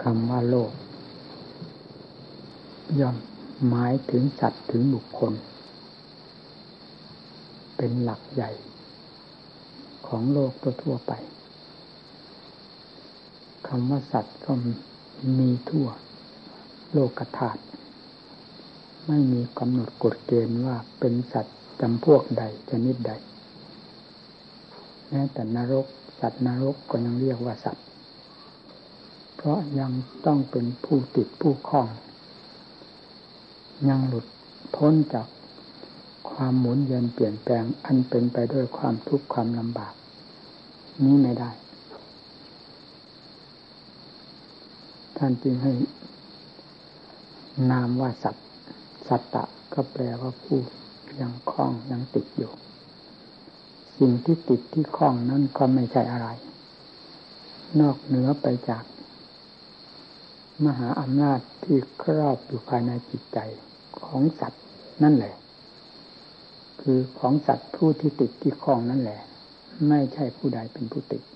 คำว่าโลกย่อมหมายถึงสัตว์ถึงบุคคลเป็นหลักใหญ่ของโลกทั่วไปคำว่าสัตว์ก็มีทั่วโลกธาตุไม่มีกำหนดกฎเกณฑ์ว่าเป็นสัตว์จำพวกใดชนิดใดแม้แต่นรกสัตว์นรกก็ยังเรียกว่าสัตว์เพราะยังต้องเป็นผู้ติดผู้คล้องยังหลุดพ้นจากความหมุนเวียนเปลี่ยนแปลงอันเป็นไปด้วยความทุกข์ความลำบากนี้ไม่ได้ท่านจึงให้นามว่าสัตว์สัตตะก็แปลว่าผู้ยังคล้องยังติดอยู่สิ่งที่ติดที่คล้องนั้นก็ไม่ใช่อะไรนอกเหนือไปจากมหาอำนาจที่ครอบอยู่ภายในจิตใจของสัตว์นั่นแหละคือของสัตว์ผู้ที่ติดที่คล้องนั่นแหละไม่ใช่ผู้ใดเป็นผู้ติด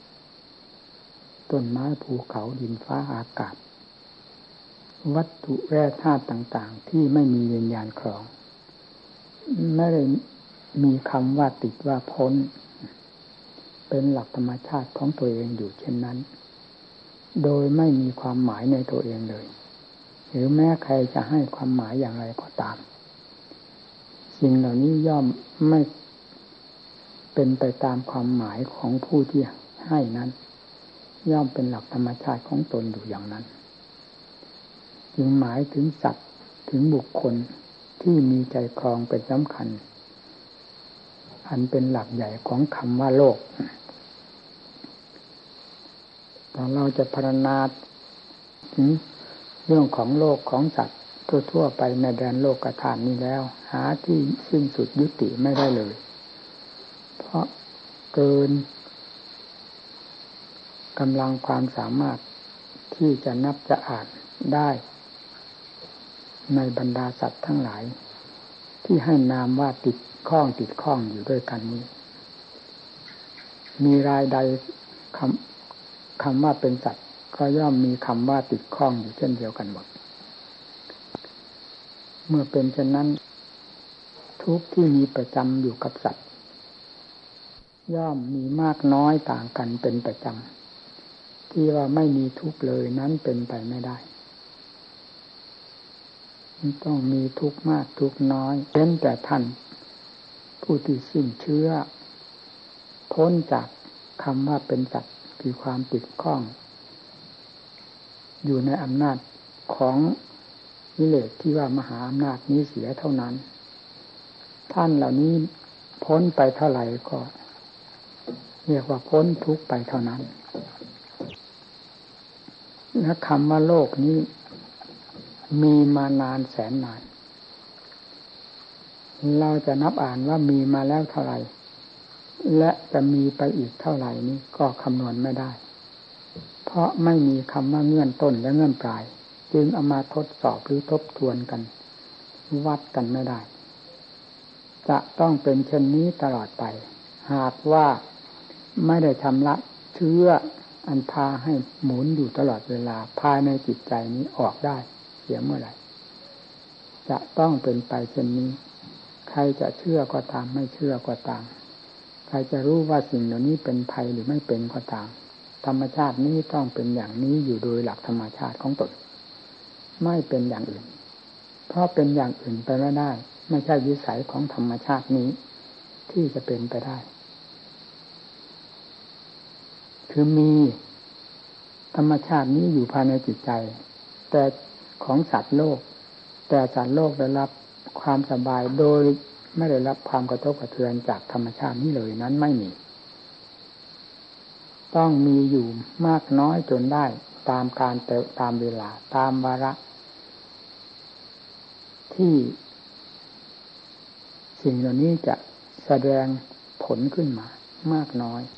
ต้นไม้ภูเขาดินฟ้าอากาศวัตถุแร่ธาตุต่างๆที่ไม่มีวิญญาณครองไม่ได้มีคำว่าติดว่าพ้นเป็นหลักธรรมชาติของตัวเองอยู่เช่นนั้นโดยไม่มีความหมายในตัวเองเลยหรือแม้ใครจะให้ความหมายอย่างไรก็ตามสิ่งเหล่านี้ย่อมไม่เป็นไปตามความหมายของผู้ที่ให้นั้นย่อมเป็นหลักธรรมชาติของตนอยู่อย่างนั้นจึงหมายถึงสัตว์ถึงบุคคลที่มีใจครองเป็นสำคัญอันเป็นหลักใหญ่ของคำว่าโลกตอนเราจะพรรณนาถึงเรื่องของโลกของสัตว์ทั่วๆไปในแดนโลกธาตุนี้แล้วหาที่สิ้นสุดยุติไม่ได้เลยเพราะเกินกำลังความสามารถที่จะนับจะอ่านได้ในบรรดาสัตว์ทั้งหลายที่ให้นามว่าติดข้องอยู่ด้วยกันนี้มีรายใดคำว่าเป็นสัตว์ก็ย่อมมีคำว่าติดข้องอยู่เช่นเดียวกันหมดเมื่อเป็นเช่นนั้นทุกข์ที่มีประจำอยู่กับสัตว์ย่อมมีมากน้อยต่างกันเป็นประจำที่ว่าไม่มีทุกข์เลยนั้นเป็นไปไม่ได้ต้องมีทุกข์มากทุกข์น้อยเว้นแต่ท่านผู้ที่สิ้นเชื้อพ้นจากคำว่าเป็นสัตว์คือความติดข้องอยู่ในอำนาจของกิเลสที่ว่ามหาอำนาจนี้เสียเท่านั้นท่านเหล่านี้พ้นไปเท่าไหร่ก็เรียกว่าพ้นทุกข์ไปเท่านั้นและคำว่าโลกนี้มีมานานแสนนานเราจะนับอ่านว่ามีมาแล้วเท่าไหร่และจะมีไปอีกเท่าไหร่นี้ก็คำนวณไม่ได้เพราะไม่มีคำว่าเงื่อนต้นและเงื่อนปลายจึงเอามาทดสอบหรือทบทวนกันวัดกันไม่ได้จะต้องเป็นเช่นนี้ตลอดไปหากว่าไม่ได้ชำระเชื้ออันพาให้หมุนอยู่ตลอดเวลาภายในจิตใจนี้ออกได้เสียเมื่อไหร่จะต้องเป็นไปเช่นนี้ใครจะเชื่อก็ตามไม่เชื่อก็ตามใครจะรู้ว่าสิ่งเหล่านี้เป็นภัยหรือไม่เป็นก็ตามธรรมชาตินี้ต้องเป็นอย่างนี้อยู่โดยหลักธรรมชาติของตนไม่เป็นอย่างอื่นเพราะเป็นอย่างอื่นไปไม่ได้ไม่ใช่วิสัยของธรรมชาตินี้ที่จะเป็นไปได้คือมีธรรมชาตินี้อยู่ภายในจิตใจแต่ของสัตว์โลกแต่สัตว์โลกได้รับความสบายโดยไม่ได้รับความกระทบกระเทือนจากธรรมชาตินี้เลยนั้นไม่มีต้องมีอยู่มากน้อยจนได้ตามการตามเวลาตามวาระที่สิ่งเหล่านี้จะแสดงผลขึ้นมามากน้อย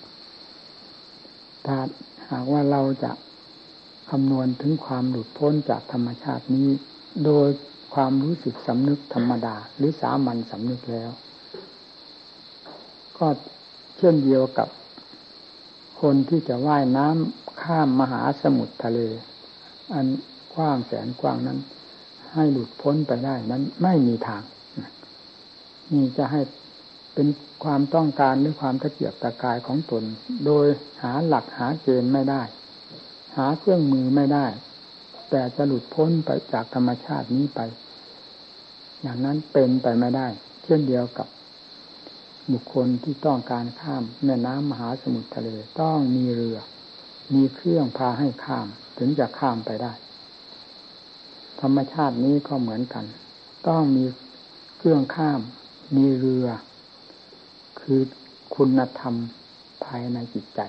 ถ้าหากว่าเราจะคำนวณถึงความหลุดพ้นจากธรรมชาตินี้โดยความรู้สึกสำนึกธรรมดาหรือสามัญสำนึกแล้วก็เช่นเดียวกับคคนที่จะว่ายน้ำข้ามมหาสมุทรทะเลอันกว้างแสนกว้างนั้นให้หลุดพ้นไปได้นั้นไม่มีทางนี่จะให้เป็นความต้องการหรือความตะเกียกตะกายของตนโดยหาหลักหาเกณฑ์ไม่ได้หาเครื่องมือไม่ได้แต่จะหลุดพ้นไปจากธรรมชาตินี้ไปอย่างนั้นเป็นไปไม่ได้เช่นเดียวกับบุคคลที่ต้องการข้ามแม่น้ำมหาสมุทรทะเลต้องมีเรือมีเครื่องพาให้ข้ามถึงจะข้ามไปได้ธรรมชาตินี้ก็เหมือนกันต้องมีเครื่องข้ามมีเรือคือคุณธรรมภายในจิตใจ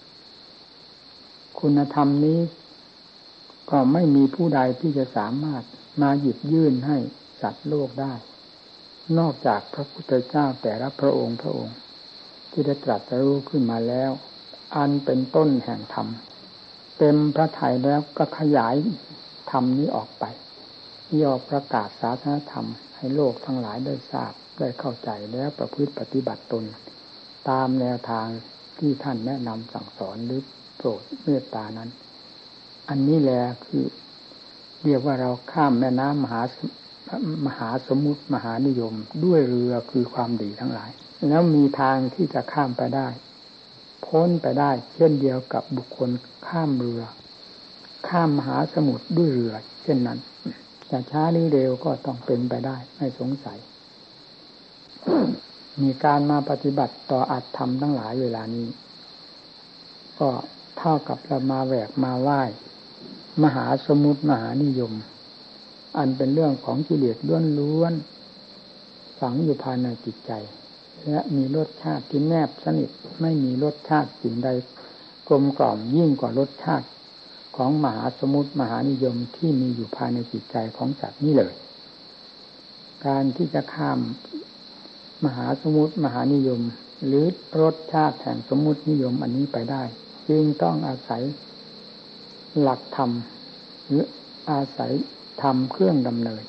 คุณธรรมนี้ก็ไม่มีผู้ใดที่จะสามารถมาหยิบยื่นให้สัตว์โลกได้นอกจากพระพุทธเจ้าแต่ละพระองค์ที่ได้ตรัสรู้ขึ้นมาแล้วอันเป็นต้นแห่งธรรมเต็มพระทัยแล้วก็ขยายธรรมนี้ออกไปย่อประกาศศาสนธรรมให้โลกทั้งหลายได้ทราบได้เข้าใจแล้วประพฤติปฏิบัติตนตามแนวทางที่ท่านแนะนำสั่งสอนหรือโปรดเมตตานั้นอันนี้แหละคือเรียกว่าเราข้ามแม่น้ำมหาสมุทรมหานิยมด้วยเรือคือความดีทั้งหลายแล้วมีทางที่จะข้ามไปได้พ้นไปได้เช่นเดียวกับบุคคลข้ามเรือข้ามมหาสมุทรด้วยเรือเช่นนั้นจะช้าหรือเร็วก็ต้องเป็นไปได้ไม่สงสัย มีการมาปฏิบัติต่ออัตธรรมทั้งหลายเวลานี้ก็เท่ากับเรามาแหวกมาไหว้มหาสมุทรมหานิยมอันเป็นเรื่องของกิเลสล้วนๆฝังอยู่ภายในจิตใจและมีรสชาติที่แนบสนิทไม่มีรสชาติสิ่งใดกลมกล่อมยิ่งกว่ารสชาติของมหาสมุทรมหานิยมที่มีอยู่ภายในจิตใจของสัตว์นี้เลยการที่จะข้ามมหาสมุทรมหานิยมหรือรสชาติแห่งสมุทรนิยมอันนี้ไปได้จึงต้องอาศัยหลักธรรมหรืออาศัยธรรมเครื่องดำเนิน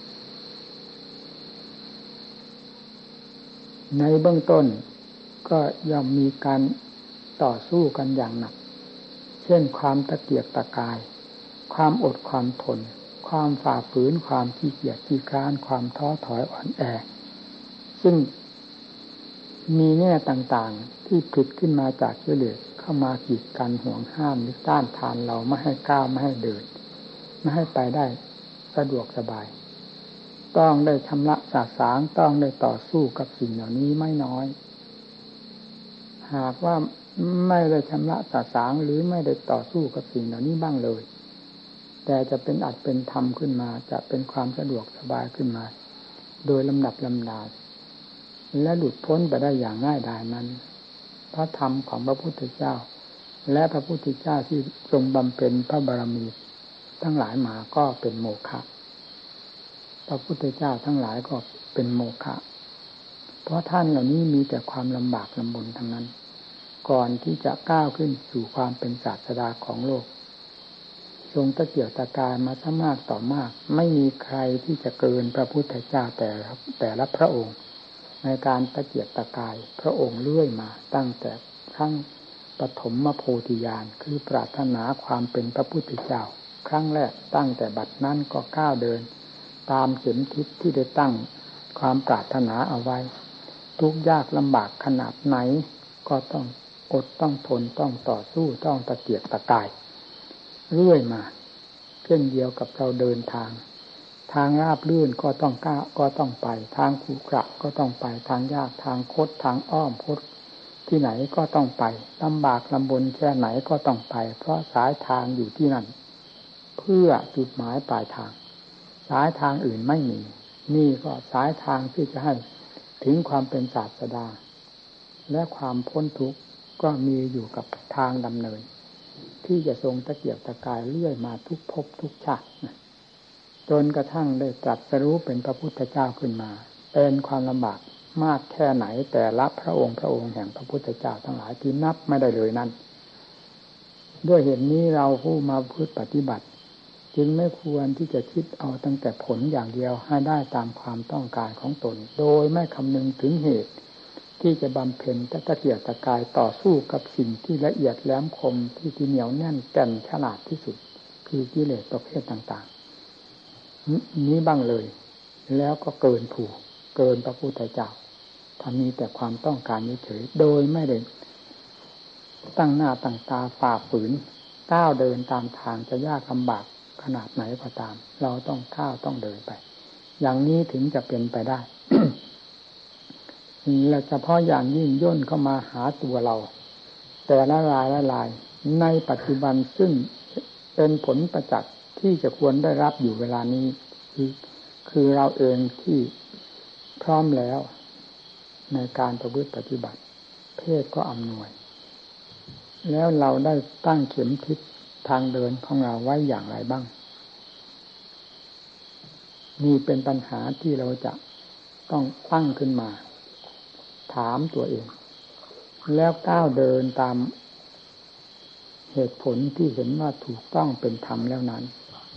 ในเบื้องต้นก็ย่อมมีการต่อสู้กันอย่างหนักเช่นความตะเกียกตะกายความอดความทนความฝ่าฝืนความขี้เกียจขี้คร้านความท้อถอยอ่อนแอซึ่งมีแง่ต่างๆที่ผลิตขึ้นมาจากกิเลสเข้ามากีดกันห่วงห้ามหรือต้านทานเราไม่ให้ก้าวไม่ให้เดินไม่ให้ไปได้สะดวกสบายต้องได้ชำระสาสางต้องได้ต่อสู้กับสิ่งเหล่านี้ไม่น้อยหากว่าไม่ได้ชำระสาสางหรือไม่ได้ต่อสู้กับสิ่งเหล่านี้บ้างเลยแต่จะเป็นอัดเป็นธรรมขึ้นมาจะเป็นความสะดวกสบายขึ้นมาโดยลำดับลำดาและหลุดพ้นไปได้อย่างง่ายดายนั้นพระธรรมของพระพุทธเจ้าและพระพุทธเจ้าที่ทรงบำเพ็ญพระบารมีทั้งหลายมาก็เป็นโมฆะพระพุทธเจ้าทั้งหลายก็เป็นโมฆะเพราะท่านเหล่านี้มีแต่ความลำบากลำบนทั้งนั้นก่อนที่จะก้าวขึ้นสู่ความเป็นศาสดาของโลกทรงตะเกียกตะกายมาซะมากต่อมากไม่มีใครที่จะเกินพระพุทธเจ้าแต่ละพระองค์ในการตะเกียกตะกายพระองค์เลื่อยมาตั้งแต่ครั้งปฐมโพธิญาณคือปรารถนาความเป็นพระพุทธเจ้าครั้งแรกตั้งแต่บัดนั้นก็ก้าวเดินตามเข็มทิศที่ได้ตั้งความปรารถนาเอาไว้ทุกข์ยากลำบากขนาดไหนก็ต้องอดต้องทนต้องต่อสู้ต้องตะเกียกตะกายเรื่อยมาเช่นเดียวกับเราเดินทางราบลื่นก็ต้องก้าวก็ต้องไปทางขรุขระก็ต้องไปทางยากทางคดทางอ้อมคดที่ไหนก็ต้องไปลำบากลำบนแค่ไหนก็ต้องไปเพราะสายทางอยู่ที่นั่นเพื่อจุดหมายปลายทางสายทางอื่นไม่มีนี่ก็สายทางที่จะให้ถึงความเป็นศาสดาและความพ้นทุกข์ก็มีอยู่กับทางดำเนินที่จะทรงตะเกียกตะกายเรื่อยมาทุกภพทุกชาติจนกระทั่งได้ตรัสรู้เป็นพระพุทธเจ้าขึ้นมาเป็นความลำบากมากแค่ไหนแต่ละพระองค์แห่งพระพุทธเจ้าทั้งหลายที่นับไม่ได้เลยนั้นด้วยเหตุนี้เราผู้มาพึ่งปฏิบัติจึงไม่ควรที่จะคิดเอาตั้งแต่ผลอย่างเดียวให้ได้ตามความต้องการของตนโดยไม่คำนึงถึงเหตุที่จะบำเพ็ญตะเกียกตะกายต่อสู้กับสิ่งที่ละเอียดแหลมคมที่เหนียวแน่นแก่นฉลาดที่สุดคือกิเลสประเภทต่างๆนี้บ้างเลยแล้วก็เกินผู้เกินพระพุทธเจ้าถ้ามีแต่ความต้องการเฉยโดยไม่ได้ตั้งหน้าตั้งตาฝ่าฝืนก้าวเดินตามทางจะยากลำบากขนาดไหนก็ตามเราต้องก้าวต้องเดินไปอย่างนี้ถึงจะเป็นไปได้ และเฉพาะอย่างยิ่งย่นเข้ามาหาตัวเราแต่ละรายในปัจจุบันซึ่งเป็นผลประจักษ์ที่จะควรได้รับอยู่เวลานี้คือเราเองที่พร้อมแล้วในการประพฤติปฏิบัติเพศก็อำนวยแล้วเราได้ตั้งเข็มทิศทางเดินของเราไว้อย่างไรบ้างนี่เป็นปัญหาที่เราจะต้องตั้งขึ้นมาถามตัวเองแล้วก้าวเดินตามเหตุผลที่เห็นว่าถูกต้องเป็นธรรมแล้วนั้น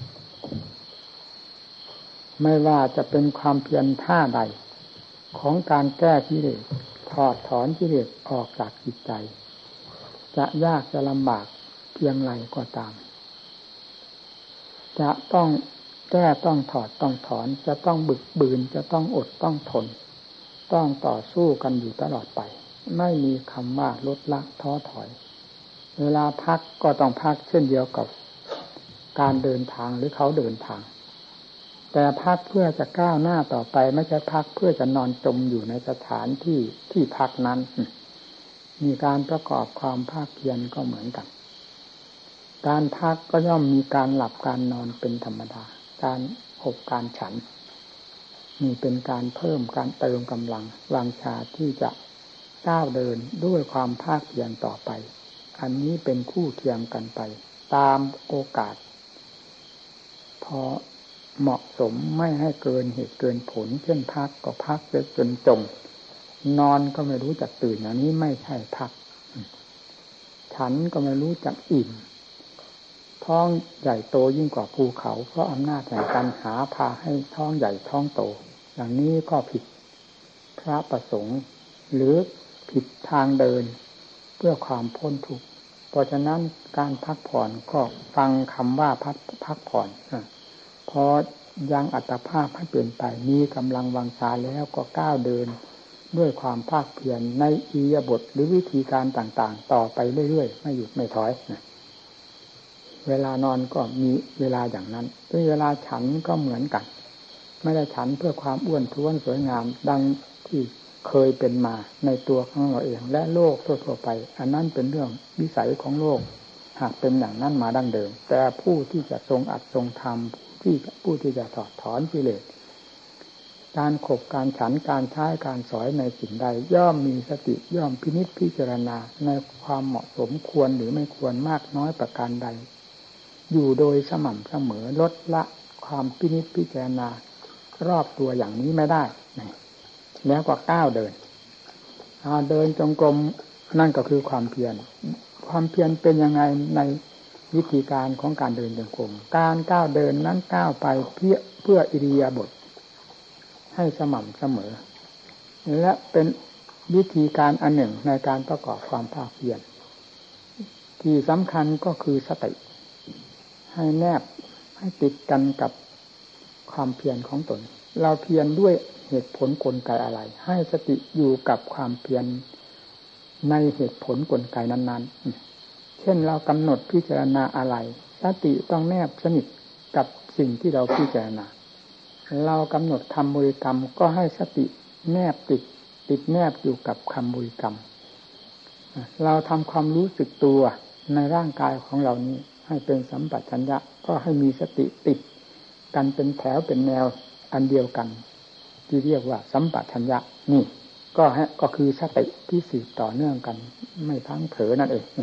ไม่ว่าจะเป็นความเพียรท่าใดของการแก้กิเลสถอดถอนกิเลสออกจากจิตใจจะยากจะลำบากเพียงไรก็ตามจะต้องแก้ต้องถอดต้องถอนจะต้องบึกบืนจะต้องอดต้องทนต้องต่อสู้กันอยู่ตลอดไปไม่มีคำว่าลดละท้อถอยเวลาพักก็ต้องพักเช่นเดียวกับการเดินทางหรือเขาเดินทางแต่พักเพื่อจะก้าวหน้าต่อไปไม่ใช่พักเพื่อจะนอนจมอยู่ในสถานที่พักนั้นมีการประกอบความภาคเพียรก็เหมือนกันการพักก็ย่อมมีการหลับการนอนเป็นธรรมดาการขบการฉันนี่เป็นการเพิ่มการเติมกำลังวังชาที่จะก้าวเดินด้วยความภาคเพียรต่อไปอันนี้เป็นคู่เคียงกันไปตามโอกาสพอเหมาะสมไม่ให้เกินเหตุเกินผลเช่นพักก็พักจนจมนอนก็ไม่รู้จักตื่นอันนี้ไม่ใช่พักฉันก็ไม่รู้จักอิ่มท้องใหญ่โตยิ่งกว่าภูเขาเพราะอำนาจแห่งการหาพาให้ท้องใหญ่ท้องโตอย่างนี้ก็ผิดพระประสงค์หรือผิดทางเดินเพื่อความพ้นทุกข์เพราะฉะนั้นการพักผ่อนก็ฟังคำว่าพักผ่อนพอยังอัตภาพให้เปลี่ยนไปมีกำลังวังชาแล้วก็ก้าวเดินด้วยความภาคเพียรในอิริยาบถหรือวิธีการต่างๆต่อไปเรื่อยๆไม่หยุดไม่ถอยเวลานอนก็มีเวลาอย่างนั้นเวลาฉันก็เหมือนกันไม่ได้ฉันเพื่อความอ้วนท้วนสวยงามดังที่เคยเป็นมาในตัวของเราเองและโลกทั่วๆไปอันนั้นเป็นเรื่องวิสัยของโลกหากเป็นอย่างนั้นมาดั้งเดิมแต่ผู้ที่จะทรงอัดทรงธรรมผู้ที่จะถอดถอนกิเลสการขบการฉันการใช้การสอยในสิ่งใดย่อมมีสติย่อมพินิจพิจารณาในความเหมาะสมควรหรือไม่ควรมากน้อยประการใดอยู่โดยสม่ำเสมอลดละความพินิจพิจารณารอบตัวอย่างนี้ไม่ได้แล้วก็ก้าวเดินเดินจงกรมนั่นก็คือความเพียรความเพียรเป็นยังไงในวิธีการของการเดินจงกรมการก้าวเดินนั้นก้าวไปเพื่ออิริยาบถให้สม่ำเสมอและเป็นวิธีการอันหนึ่งในการประกอบความภาคเพียรที่สำคัญก็คือสติให้แนบให้ติดกันกับความเพียรของตนเราเพียรด้วยเหตุผลกลไกอะไรให้สติอยู่กับความเพียรในเหตุผลกลไกนั้นๆเช่นเรากำหนดพิจารณาอะไรสติต้องแนบสนิทกับสิ่งที่เราพิจารณาเรากำหนดคำบริกรรมก็ให้สติแนบติดแนบอยู่กับคำบริกรรมเราทำความรู้สึกตัวในร่างกายของเรานี้ให้เป็นสัมปชัญญะก็ให้มีสติติดกันเป็นแถวเป็นแนวอันเดียวกันที่เรียกว่าสัมปชัญญะนี่ก็คือสติที่สืบต่อเนื่องกันไม่พังเผลอนั่นเอง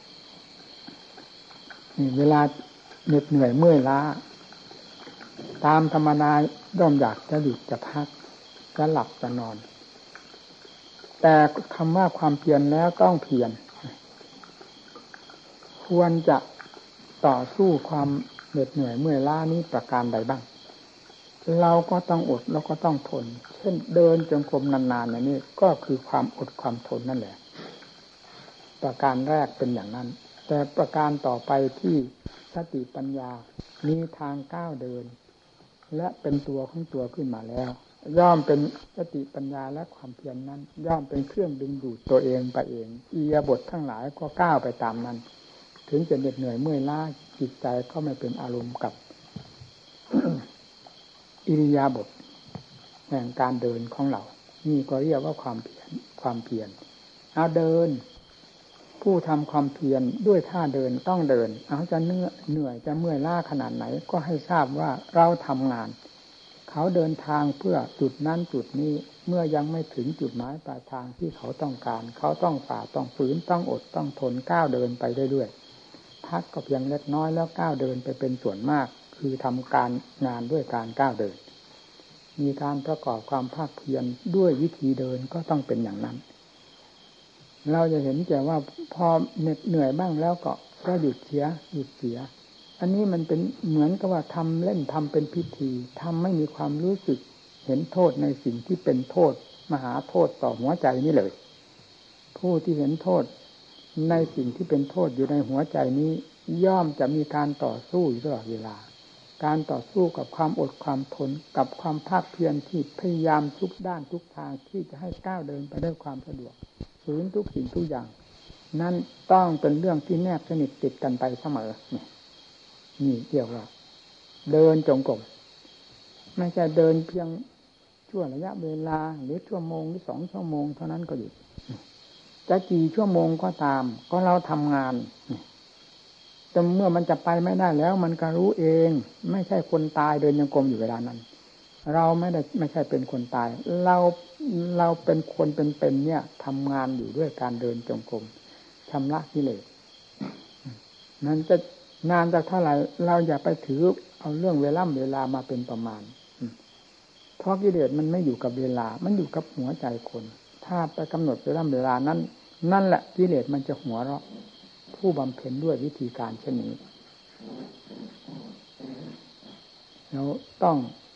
นี่เวลาเหน็ดเหนื่อยเมื่อยล้าตามธรรมดาย่อมอยากจะหยุดจะพักจะหลับจะนอนแต่คำว่าความเพียรแล้วต้องเพียรควรจะต่อสู้ความเหน็ดเหนื่อยเมื่อยล้านี้ประการใดบ้างเราก็ต้องอดเราก็ต้องทนเช่นเดินจงกรมนานๆอย่างนี้ก็คือความอดความทนนั่นแหละประการแรกเป็นอย่างนั้นแต่ประการต่อไปที่สติปัญญามีทางก้าวเดินและเป็นตัวของตัวขึ้นมาแล้วย่อมเป็นสติปัญญาและความเพียรนั้นย่อมเป็นเครื่องดึงดูดตัวเองไปเองอิริยาบถทั้งหลายก็ก้าวไปตามนั้นถึงจะเหน็ดเหนื่อยเมื่อยล้าจิตใจก็ไม่เป็นอารมณ์กับ อิริยาบถแห่งการเดินของเรานี่ก็เรียกว่าความเพียรเอาเดินผู้ทำความเพียรด้วยท่าเดินต้องเดินเอาจะเหนื่อยจะเมื่อยล้าขนาดไหนก็ให้ทราบว่าเราทำงานเขาเดินทางเพื่อจุดนั้นจุดนี้เมื่อยังไม่ถึงจุดหมายปลายทางที่เขาต้องการเขาต้องฝ่าต้องฝืนต้องอดต้องทนก้าวเดินไปเรื่อยๆพักก็เพียงเล็กน้อยแล้วก้าวเดินไปเป็นส่วนมากคือทำการงานด้วยการก้าวเดินมีการประกอบความภาคเพียรด้วยวิธีเดินก็ต้องเป็นอย่างนั้นเราจะเห็นแต่ว่าพอเหน็ดเหนื่อยบ้างแล้วก็หยุดเสียอันนี้มันเป็นเหมือนกับว่าทำเล่นทำเป็นพิธีทำไม่มีความรู้สึกเห็นโทษในสิ่งที่เป็นโทษมหาโทษต่อหัวใจนี้เลยผู้ที่เห็นโทษในสิ่งที่เป็นโทษอยู่ในหัวใจนี้ย่อมจะมีการต่อสู้อยู่ตลอดเวลาการต่อสู้กับความอดความทนกับความภาคเพียรที่พยายามทุกด้านทุกทางที่จะให้ก้าวเดินไปด้วยความสะดวกฝืนทุกสิ่งทุกอย่างนั่นต้องเป็นเรื่องที่แนบสนิทติดกันไปเสมอนี่เกี่ยวกับเดินจงกรมไม่ใช่เดินเพียงชั่วระยะเวลาหรือชั่วโมงหรือ2 ชั่วโมงเท่านั้นก็หยุดจะกี่ชั่วโมงก็ตามก็เราทำงานแต่เมื่อมันจะไปไม่ได้แล้วมันก็รู้เองไม่ใช่คนตายเดินจงกรมอยู่เวลานั้นเราไม่ใช่เป็นคนตายเราเป็นคนเป็นเนี่ยทำงานอยู่ด้วยการเดินจงกรมชำระกิเลสนั้นจะนานจากเท่าไหร่เราอย่าไปถือเอาเรื่องเวลามาเป็นประมาณเพราะกิเลสมันไม่อยู่กับเวลามันอยู่กับหัวใจคนถ้าไปกำหนดเวลานั้นนั่นแหละกิเลสมันจะหัวเราะผู้บำเพ็ญด้วยวิธีการเช่นนี้เราต้อง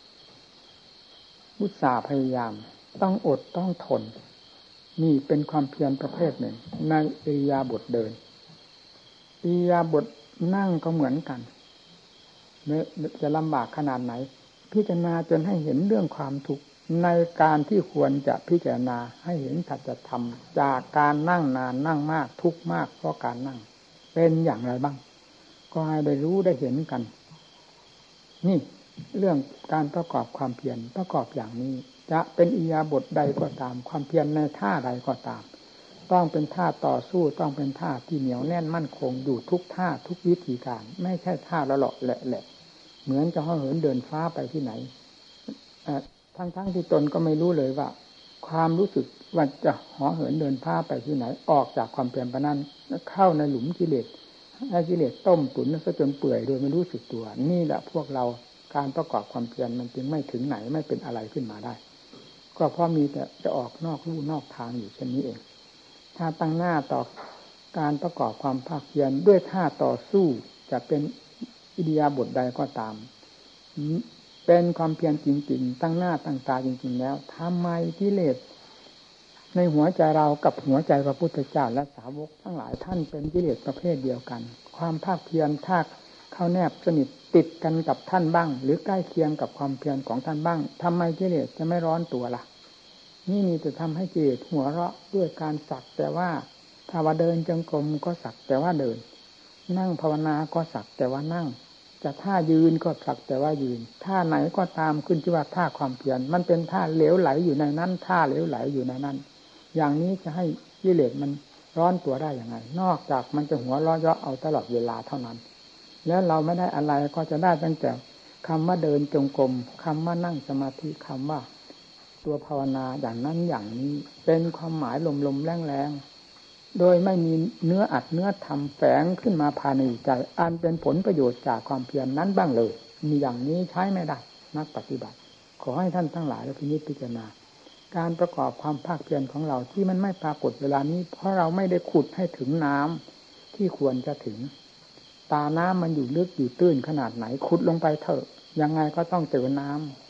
อุตสาห์พยายามต้องอดต้องทนนี่เป็นความเพียรประเภทหนึ่งในอิริยาบถเดินอิริยาบถนั่งก็เหมือนกันจะลำบากขนาดไหนพิจารณาจนให้เห็นเรื่องความทุกข์ในการที่ควรจะพิจารณาให้เห็นสัจธรรมจากการนั่งนานนั่งมากทุกข์มากเพราะการนั่งเป็นอย่างไรบ้างก็ให้ได้รู้ได้เห็นกันนี่เรื่องการประกอบความเพียรประกอบอย่างนี้จะเป็นอิริยาบถใดก็ตามความเพียรในท่าใดก็ตามต้องเป็นท่าต่อสู้ต้องเป็นท่าที่เหนียวแน่นมั่นคงอยู่ทุกท่าทุกวิธีการไม่ใช่ท่าละเลาะแหละเหมือนจะเหินเดินฟ้าไปที่ไหนทั้งที่ตนก็ไม่รู้เลยว่าความรู้สึกว่าจะเหินเดินฟ้าไปที่ไหนออกจากความเพียรปนั้นเข้าในหลุมกิเลสให้กิเลสต้มตุ๋นซะจนเปื่อยโดยไม่รู้สึกตัวนี่แหละพวกเราการประกอบความเพียรมันจึงไม่ถึงไหนไม่เป็นอะไรขึ้นมาได้ก็เพราะมีแต่จะออกนอกลู่นอกทางอยู่เช่นนี้เองถ้าตั้งหน้าต่อการประกอบความภาคเพียรด้วยท่าต่อสู้จะเป็นอิริยาบถใดก็ตามเป็นความเพียรจริงๆตั้งหน้าตั้งตาจริงๆแล้วทำไมกิเลสในหัวใจเรากับหัวใจพระพุทธเจ้าและสาวกทั้งหลายท่านเป็นกิเลสประเภทเดียวกันความภาคเพียรท่าเข้าแนบสนิทติดกันกับท่านบ้างหรือใกล้เคียงกับความเพียรของท่านบ้างทำไมกิเลสจะไม่ร้อนตัวล่ะนี่มีแต่ทำให้กิเลสหัวเราะด้วยการสักแต่ว่าถ้าว่าเดินจงกรมก็สักแต่ว่าเดินนั่งภาวนาก็สักแต่ว่านั่งจะท่ายืนก็สักแต่ว่ายืนท่าไหนก็ตามขึ้นที่ว่าท่าความเพียรมันเป็นท่าเหลวไหลอยู่ในนั้นท่าเหลวไหลอยู่ในนั้นอย่างนี้จะให้กิเลสมันร้อนตัวได้อย่างไรนอกจากมันจะหัวเราะเยาะเอาตลอดเวลาเท่านั้นแล้วเราไม่ได้อะไรก็จะได้ตั้งแต่คำว่าเดินจงกรมคำว่านั่งสมาธิคำว่าตัวภาวนาอย่างนั้นอย่างนี้เป็นความหมายลมๆแรงๆโดยไม่มีเนื้ออัดเนื้อทำแฝงขึ้นมาภายในใจอันเป็นผลประโยชน์จากความเพียรนั้นบ้างเลยมีอย่างนี้ใช้ไม่ได้นักปฏิบัติขอให้ท่านทั้งหลายและพิจารณาการประกอบความภาคเพียรของเราที่มันไม่ปรากฏเวลานี้เพราะเราไม่ได้ขุดให้ถึงน้ำที่ควรจะถึงตาน้ำมันอยู่ลึกอยู่ตื้นขนาดไหนขุดลงไปเถอะยังไงก็ต้องเจอน้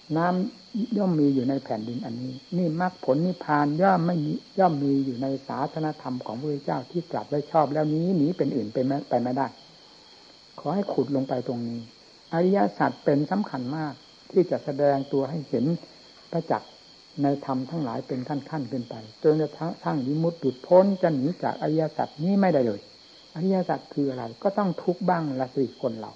น้ำย่อมมีอยู่ในแผ่นดินอันนี้นี่มรรคผลนิพพานย่อมมีอยู่ในศาสนธรรมของพระพุทธเจ้าที่ตรัสไว้ชอบแล้วนี้หนีเป็นอื่นไปไม่ได้ขอให้ขุดลงไปตรงนี้อริยสัจเป็นสำคัญมากที่จะแสดงตัวให้เห็นประจักษ์ในธรรมทั้งหลายเป็นขั้นขึ้นไปจนกระทั่งวิมุตติหลุดพ้นจะหนีจากอริยสัจนี้ไม่ได้เลยอริยสัจคืออะไรก็ต้องทุกข์บ้างละสิคนเรา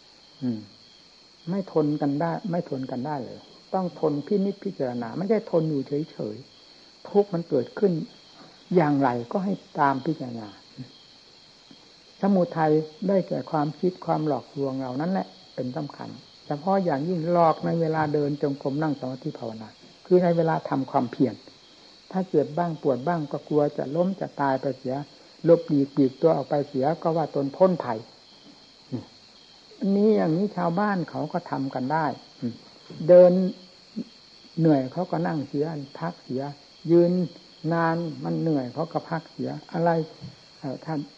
ไม่ทนกันได้เลยต้องทนพินิจพิจารณาไม่ใช่ทนอยู่เฉยๆทุกข์มันเกิดขึ้นอย่างไรก็ให้ตามพิจารณาสมุทัยได้แก่ความคิดความหลอกลวงเรานั้นแหละเป็นสำคัญเฉพาะอย่างยิ่งหลอกในเวลาเดินจงกรมนั่งสมาธิภาวนาคือในเวลาทำความเพียรถ้าเจ็บบ้างปวดบ้างก็กลัวจะล้มจะตายไปเสียลบหลีกตัวออกไปเสียก็ว่าตนพ้นภัยอันนี้อย่างนี้ชาวบ้านเขาก็ทำกันได้เดินเหนื่อยเขาก็นั่งเสียพักเสียยืนนานมันเหนื่อยเขาก็พักเสียอะไรท่าน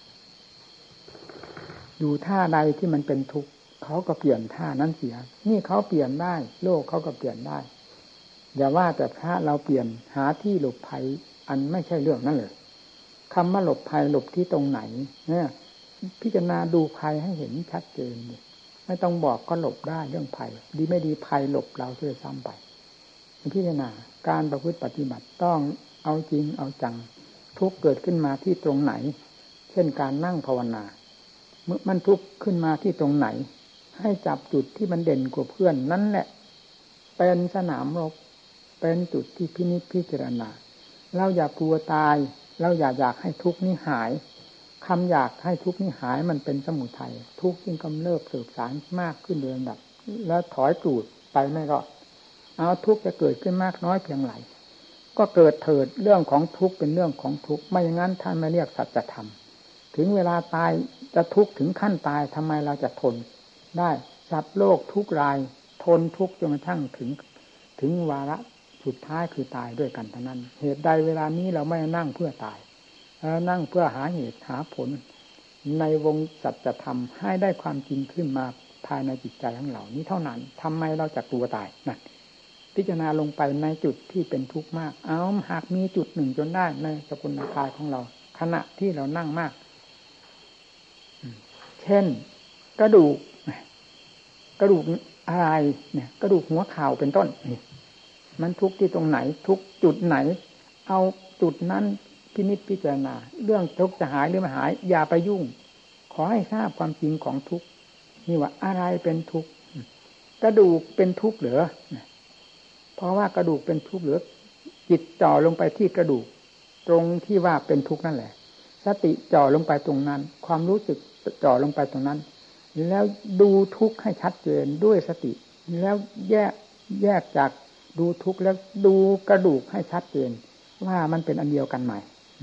อยู่ท่าใดที่มันเป็นทุกข์เขาก็เปลี่ยนท่านั้นเสียนี่เขาเปลี่ยนได้โลกเขาก็เปลี่ยนได้อย่าว่าแต่พระเราเปลี่ยนหาที่หลบภัยอันไม่ใช่เรื่องนั้นเลยคำว่าหลบภัยหลบที่ตรงไหนเนี่ยพิจารณาดูภัยให้เห็นชัดเจนไม่ต้องบอกก็หลบได้เรื่องภัยดีไม่ดีภัยหลบเราช่วยซ้ำไปพิจารณาการประพฤติปฏิบัติต้องเอาจริงเอาจังทุกเกิดขึ้นมาที่ตรงไหนเช่นการนั่งภาวนาเมื่อมันทุกขึ้นมาที่ตรงไหนให้จับจุดที่มันเด่นกว่าเพื่อนนั่นแหละเป็นสนามรบเป็นจุดที่พินิจพิจารณาเราอย่ากลัวตายเราอยากให้ทุกข์นี้หายคำอยากให้ทุกข์นี้หายมันเป็นสมุทัยทุกข์ยิ่งกำเริบสืบสานมากขึ้นโดยลำดับแล้วถอยจูดไปไม่รอดเอาทุกข์จะเกิดขึ้นมากน้อยเพียงไรก็เกิดเถิดเรื่องของทุกข์เป็นเรื่องของทุกข์ไม่อย่างนั้นท่านไม่เรียกสัจธรรมถึงเวลาตายจะทุกข์ถึงขั้นตายทำไมเราจะทนได้สัตว์โลกทุกรายทนทุกข์จนกระทั่งถึงวาระสุดท้ายคือตายด้วยกันเท่านั้นเหตุใดเวลานี้เราไม่นั่งเพื่อตายนั่งเพื่อหาเหตุหาผลในวงสัจธรรมให้ได้ความจริงขึ้นมาภายในจิตใจของเรานี้เท่านั้นทำไมเราจะกลัวตายนั่นพิจารณาลงไปในจุดที่เป็นทุกข์มากเอาหากมีจุดหนึ่งจนได้ในสกุลกายของเราขณะที่เรานั่งมากเช่นกระดูกอะไรเนี่ยกระดูกหัวเข่าเป็นต้นนี่มันทุกข์ที่ตรงไหนทุกจุดไหนเอาจุดนั้นพินิจพิจารณาเรื่องทุกข์จะหายหรือไม่หายอย่าไปยุ่งขอให้ทราบความจริงของทุกข์นี่ว่าอะไรเป็นทุกข์กระดูกเป็นทุกข์เหรอเพราะว่ากระดูกเป็นทุกข์เหรอจิตจ่อลงไปที่กระดูกตรงที่ว่าเป็นทุกข์นั่นแหละสติจ่อลงไปตรงนั้นความรู้สึกจ่อลงไปตรงนั้นแล้วดูทุกข์ให้ชัดเจนด้วยสติแล้วแยกจากดูทุกข์แล้วดูกระดูกให้ชัดเจนว่ามันเป็นอันเดียวกันไหม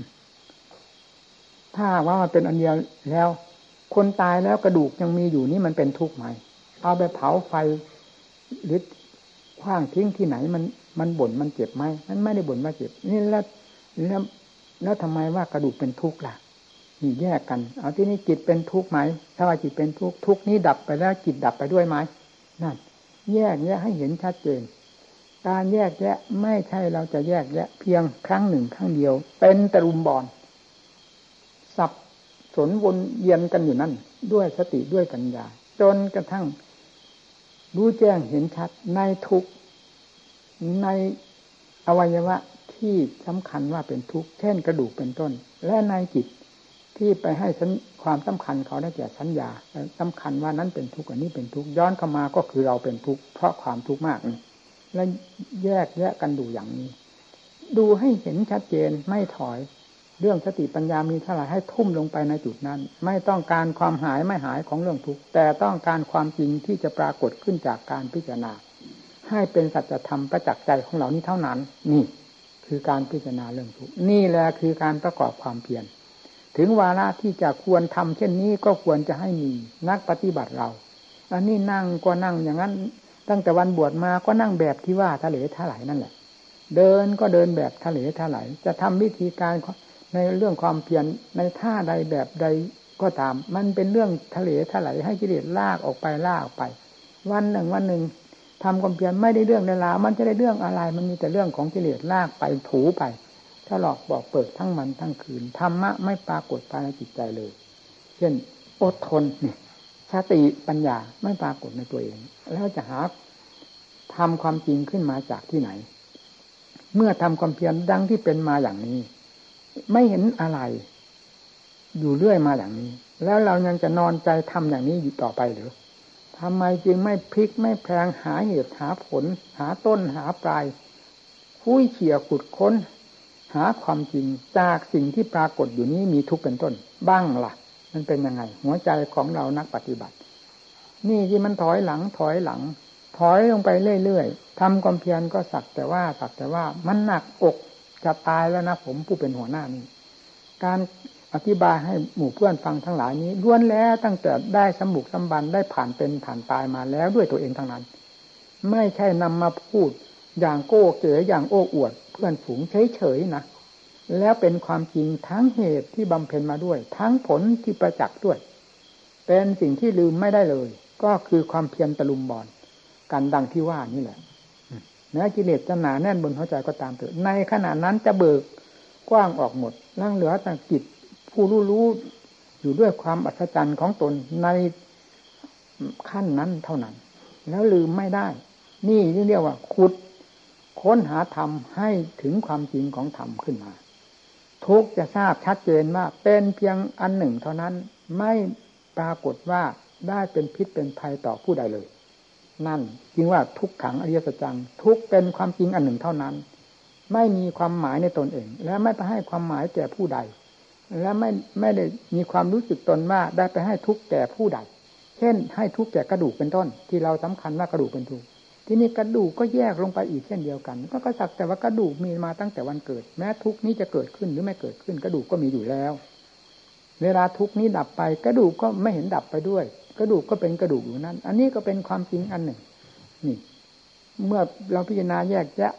ถ้าว่ามันเป็นอันเดียวแล้วคนตายแล้วกระดูกยังมีอยู่นี่มันเป็นทุกข์ไหมเอาไปเผาไฟหรือขว้างทิ้งที่ไหนมันบ่นมันเจ็บไหมมันไม่ได้บ่นว่าเจ็บนี่แล้วทำไมว่ากระดูกเป็นทุกข์ล่ะนี่แยกกันเอาที่นี่จิตเป็นทุกข์ไหมถ้าว่าจิตเป็นทุกข์ทุกข์นี้ดับไปแล้วจิตดับไปด้วยไหมนั่นแยกแยะให้เห็นชัดเจนการแยกแยะไม่ใช่เราจะแยกแยะเพียงครั้งหนึ่งครั้งเดียวเป็นตะลุมบอลสับสนวนเวียนกันอยู่นั่นด้วยสติด้วยปัญญาจนกระทั่งรู้แจ้งเห็นชัดในทุกข์ในอวัยวะที่สำคัญว่าเป็นทุกข์เช่นกระดูกเป็นต้นและในจิตที่ไปให้ความสำคัญเขาได้แก่สัญญาสำคัญว่านั้นเป็นทุกข์อันนี้เป็นทุกข์ย้อนเข้ามาก็คือเราเป็นทุกข์เพราะความทุกข์มากนี่และแยกแยะกันดูอย่างนี้ดูให้เห็นชัดเจนไม่ถอยเรื่องสติปัญญามีเท่าไหร่ให้ทุ่มลงไปในจุดนั้นไม่ต้องการความหายไม่หายของเรื่องทุกข์แต่ต้องการความจริงที่จะปรากฏขึ้นจากการพิจารณาให้เป็นสัจธรรมประจักษ์ใจของเรานี้เท่านั้นนี่คือการพิจารณาเรื่องทุกข์นี่แหละคือการประกอบความเพียรถึงวาระที่จะควรทำเช่นนี้ก็ควรจะให้มีนักปฏิบัติเราอันนี้นั่งก็นั่งอย่างนั้นตั้งแต่วันบวชมาก็นั่งแบบที่ว่าทะเลทลายนั่นแหละเดินก็เดินแบบทะเลทลายจะทำวิธีการในเรื่องความเพียรในท่าใดแบบใดก็ตามมันเป็นเรื่องทะเลทลายให้กิเลสลากออกไปวันหนึ่งทำความเพียรไม่ได้เรื่องในลาวมันจะได้เรื่องอะไรมันมีแต่เรื่องของกิเลสลากไปถูไปถ้าหลอกบอกเปิดทั้งวันทั้งคืนธรรมะไม่ปรากฏภายในจิตใจเลยเช่นอดทนเนี่ยสติปัญญาไม่ปรากฏในตัวเองแล้วจะหาทำความจริงขึ้นมาจากที่ไหนเมื่อทำความเพียรดังที่เป็นมาอย่างนี้ไม่เห็นอะไรอยู่เรื่อยมาอย่างนี้แล้วเรายังจะนอนใจทำอย่างนี้อยู่ต่อไปหรือทำไมจึงไม่พลิกไม่แพลงหาเหตุหาผลหาต้นหาปลายคุ้ยเขี่ยขุดค้นหาความจริงจากสิ่งที่ปรากฏอยู่นี้มีทุกข์เป็นต้นบ้างล่ะมันเป็นยังไงหัวใจของเรานักปฏิบัตินี่ที่มันถอยหลังถอยลงไปเรื่อยๆทำความเพียรก็สักแต่ว่ามันหนักอกจะตายแล้วนะผมผู้เป็นหัวหน้านี้การอธิบายให้หมู่เพื่อนฟังทั้งหลายนี้ล้วนแล้วตั้งแต่ได้สมบุกสมบันได้ผ่านเป็นผ่านตายมาแล้วด้วยตัวเองทั้งนั้นไม่ใช่นำมาพูดอย่างโก้เก๋อย่างโอ้อวดเพื่อนฝูงเฉยๆนะแล้วเป็นความจริงทั้งเหตุที่บำเพ็ญมาด้วยทั้งผลที่ประจักษ์ด้วยเป็นสิ่งที่ลืมไม่ได้เลยก็คือความเพียรตะลุมบอลกันดังที่ว่านี่แหละแม้กิเลสจะหนาแน่นบนหัวใจก็ตามเถอะในขณะนั้นจะเบิกกว้างออกหมดล่างเหลือแต่จิตผู้รู้อยู่ด้วยความอัศจรรย์ของตนในขั้นนั้นเท่านั้นแล้วลืมไม่ได้นี่เรียกว่าขุดค้นหาธรรมให้ถึงความจริงของธรรมขึ้นมาทุกจะทราบชัดเจนว่าเป็นเพียงอันหนึ่งเท่านั้นไม่ปรากฏว่าได้เป็นพิษเป็นภัยต่อผู้ใดเลยนั่นจึงว่าทุกขังอริยสัจจังทุกเป็นความจริงอันหนึ่งเท่านั้นไม่มีความหมายในตนเองและไม่ไปให้ความหมายแก่ผู้ใดและไม่ได้มีความรู้สึกตนว่าได้ไปให้ทุกข์แก่ผู้ใดเช่นให้ทุกข์แก่กระดูกเป็นต้นที่เราสำคัญว่ากระดูกเป็นทุกข์ที่นี่กระดูกก็แยกลงไปอีกเช่นเดียวกันก็สักแต่ว่ากระดูกมีมาตั้งแต่วันเกิดแม้ทุกข์นี้จะเกิดขึ้นหรือไม่เกิดขึ้นกระดูกก็มีอยู่แล้วเวลาทุกข์นี้ดับไปกระดูกก็ไม่เห็นดับไปด้วยกระดูกก็เป็นกระดูกอยู่นั้นอันนี้ก็เป็นความจริงอันหนึ่งนี่เมื่อเราพิจารณาแยกแยะ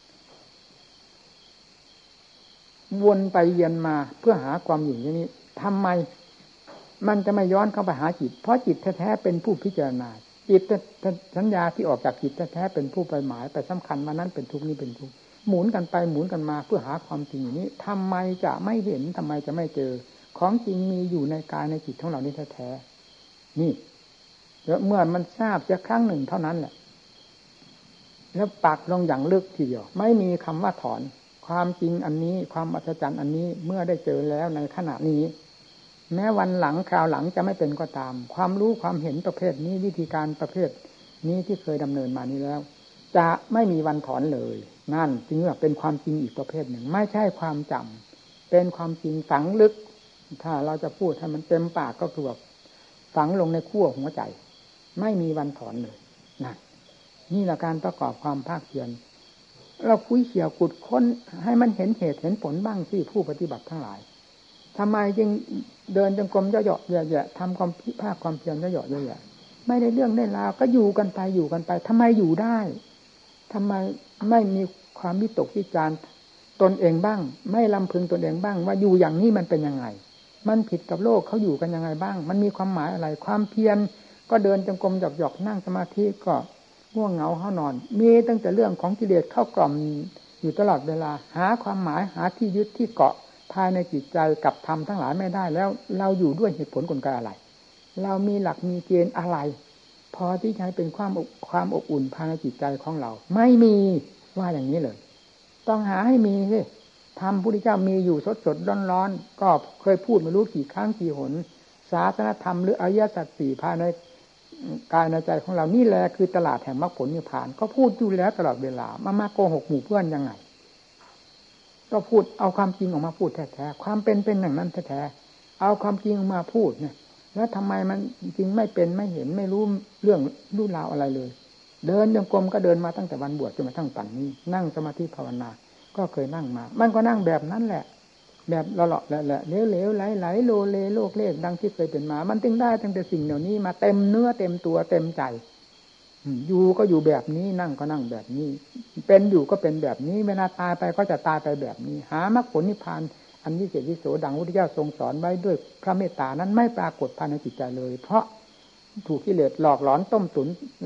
วนไปเวียนมาเพื่อหาความอยู่อย่างนี้ทำไมมันจะไม่ย้อนเข้าไปหาจิตเพราะจิตแท้ๆเป็นผู้พิจารณาจิตสัญญาที่ออกจากจิตแท้ๆเป็นผู้ไปหมายไปสำคัญว่านั้นเป็นทุกข์นี้เป็นทุกข์หมุนกันไปหมุนกันมาเพื่อหาความจริงอย่างนี้ทำไมจะไม่เห็นทำไมจะไม่เจอของจริงมีอยู่ในกายในจิตของเรานี่แท้ๆนี่แล้วเมื่อมันทราบจะครั้งหนึ่งเท่านั้นแหละแล้วปักลงอย่างลึกทีเดียวไม่มีคำว่าถอนความจริงอันนี้ความอัศจรรย์อันนี้เมื่อได้เจอแล้วในขณะนี้แม้วันหลังคราวหลังจะไม่เป็นก็ตามความรู้ความเห็นประเภทนี้วิธีการประเภทนี้ที่เคยดำเนินมานี้แล้วจะไม่มีวันถอนเลยนั่นจึงว่าเป็นความจริงอีกประเภทหนึ่งไม่ใช่ความจำเป็นความจริงฝังลึกถ้าเราจะพูดให้มันเต็มปากก็คือแบบฝังลงในขั้วหัวใจไม่มีวันถอนเลยนี่แหละการประกอบความภาคเพียรเราคุยเขี่ยขุดค้นให้มันเห็นเหตุเห็นผลบ้างสิผู้ปฏิบัติทั้งหลายทำไมจึงเดินจงกรมเหยาะๆแย่ๆทำความภาคความเพียรเหยาะๆแย่ๆไม่ได้เรื่องได้ราวก็อยู่กันไปทำไมอยู่ได้ทำไมไม่มีความวิตกวิจารณ์ตนเองบ้างไม่ลำพึงตนเองบ้างว่าอยู่อย่างนี้มันเป็นยังไงมันผิดกับโลกเขาอยู่กันยังไงบ้างมันมีความหมายอะไรความเพียรก็เดินจงกรมหยอกๆนั่งสมาธิก็ง่วงเหงาเข้านอนมีตั้งแต่เรื่องของกิเลสเข้ากล่อมอยู่ตลอดเวลาหาความหมายหาที่ยึดที่เกาะภายในจิตใจกับธรรมทั้งหลายไม่ได้แล้วเราอยู่ด้วยเหตุผลกลไกอะไรเรามีหลักมีเกณฑ์อะไรพอที่จะให้เป็นความอบอุ่นภายในจิตใจของเราไม่มีว่าอย่างนี้เลยต้องหาให้มีสิธรรมพุทธเจ้ามีอยู่สดๆร้อนๆก็เคยพูดไม่รู้กี่ครั้งกี่หนศาสนธรรมหรืออริยสัจสี่ภายในกายในใจของเรานี่แหละคือตลาดแห่งมรรคผลนิพพานก็พูดอยู่แล้วตลอดเวลามาโกหกหมู่เพื่อนยังไงก็พูดเอาความจริงออกมาพูดแท้ๆความเป็นอย่างนั้นแท้ๆเอาความจริงออกมาพูดเนี่ยแล้วทำไมมันจริงไม่เป็นไม่เห็นไม่รู้เรื่องรู้ราวอะไรเลยเดินจงกรมก็เดินมาตั้งแต่วันบวชจนมาตั้งปัจจุบันนี้นั่งสมาธิภาวนาก็เคยนั่งมามันก็นั่งแบบนั้นแหละแบบเลาะๆแหละเหลวๆไหลๆโลเลโลกเลขดังที่เคยเป็นมามันจึงได้ตั้งแต่สิ่งเหล่านี้มาเต็มเนื้อเต็มตัวเต็มใจอยู่ก็อยู่แบบนี้นั่งก็นั่งแบบนี้เป็นอยู่ก็เป็นแบบนี้เวลาตายไปก็จะตายไปแบบนี้หามรรคผลนิพพานอันวิเศษวิโสดังพุทธเจ้าทรงสอนไว้ด้วยพระเมตตานั้นไม่ปรากฏภายในจิตใจเลยเพราะถูกกิเลสหลอกหลอนต้มตุ๋น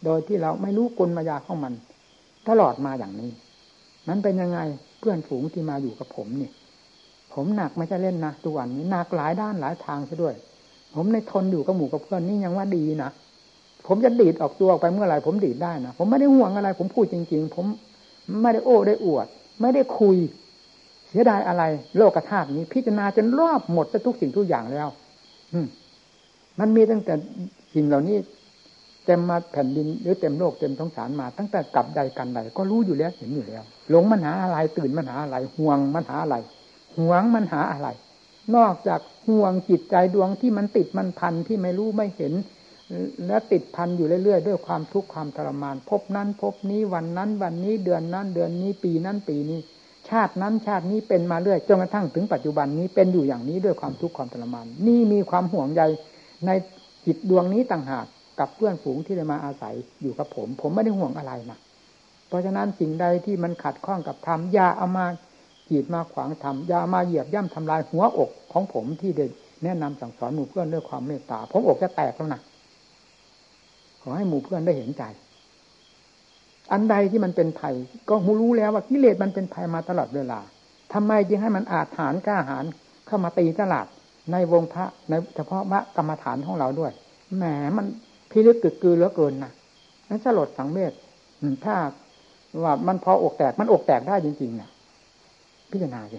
โดยที่เราไม่รู้กลมายาของมันตลอดมาอย่างนี้นั้นเป็นยังไงเพื่อนฝูงที่มาอยู่กับผมนี่ผมหนักไม่ใช่เล่นนะทุกวันนี้หนักหลายด้านหลายทางซะด้วยผมในทนอยู่กับหมู่กับเพื่อนนี่ยังว่าดีนะผมจะดีดออกตัวออกไปเมื่อไหร่ผมดีดได้นะผมไม่ได้ห่วงอะไรผมพูดจริงๆผมไม่ได้โอ้ได้อวดไม่ได้คุยเสียดายอะไรโลกธาตุนี้พิจารณาจนรอบหมดทุกสิ่งทุกอย่างแล้วมันมีตั้งแต่สิ่งเหล่านี้เต็มมาแผ่นดินหรือเต็มโลกเต็มสงสารมาตั้งแต่กลับใดกันใดก็รู้อยู่แล้วเห็นอยู่แล้วหลงมันหาอะไรตื่นมันหาอะไรห่วงมันหาอะไรหวงมันหาอะไรนอกจากห่วงจิตใจดวงที่มันติดมันพันที่ไม่รู้ไม่เห็นและติดพันอยู่เรื่อยๆด้วยความทุกข์ความทรมานพบนั้นพบนี้วันนั้นวันนี้เดือนนั้นเดือนนี้ปีนั้นปีนี้ชาตินั้นชาตินี้เป็นมาเรื่อยจนกระทั่งถึงปัจจุบันนี้เป็นอยู่อย่างนี้ด้วยความทุกข์ความทรมานนี่มีความห่วงใยในจิตดวงนี้ต่างหากกับเพื่อนฝูงที่ได้มาอาศัยอยู่กับผมไม่ได้ห่วงอะไรนะเพราะฉะนั้นสิ่งใดที่มันขัดข้องกับธรรมอย่าเอามากีดมาขวางธรรมอย่ามาเหยียบย่ำทำลายหัวอกของผมที่ได้แนะนำสั่งสอนหมู่เพื่อนด้วยความเมตตาผมอกจะแตกแล้วนะขอให้หมู่เพื่อนได้เห็นใจอันใดที่มันเป็นภัยก็รู้แล้วว่ากิเลสมันเป็นภัยมาตลอดเวลาทำไมจึงให้มันอาจหารกล้าหาญเข้ามาตีตลาดในวงพระในเฉพาะพระกรรมฐานของเราด้วยแหมมันพิลึกกึกกือเหลือเกินนะนั้นสลดสังเวชถ้าว่ามันพออกแตกมันอกแตกได้จริงๆนะพิจารณาสิ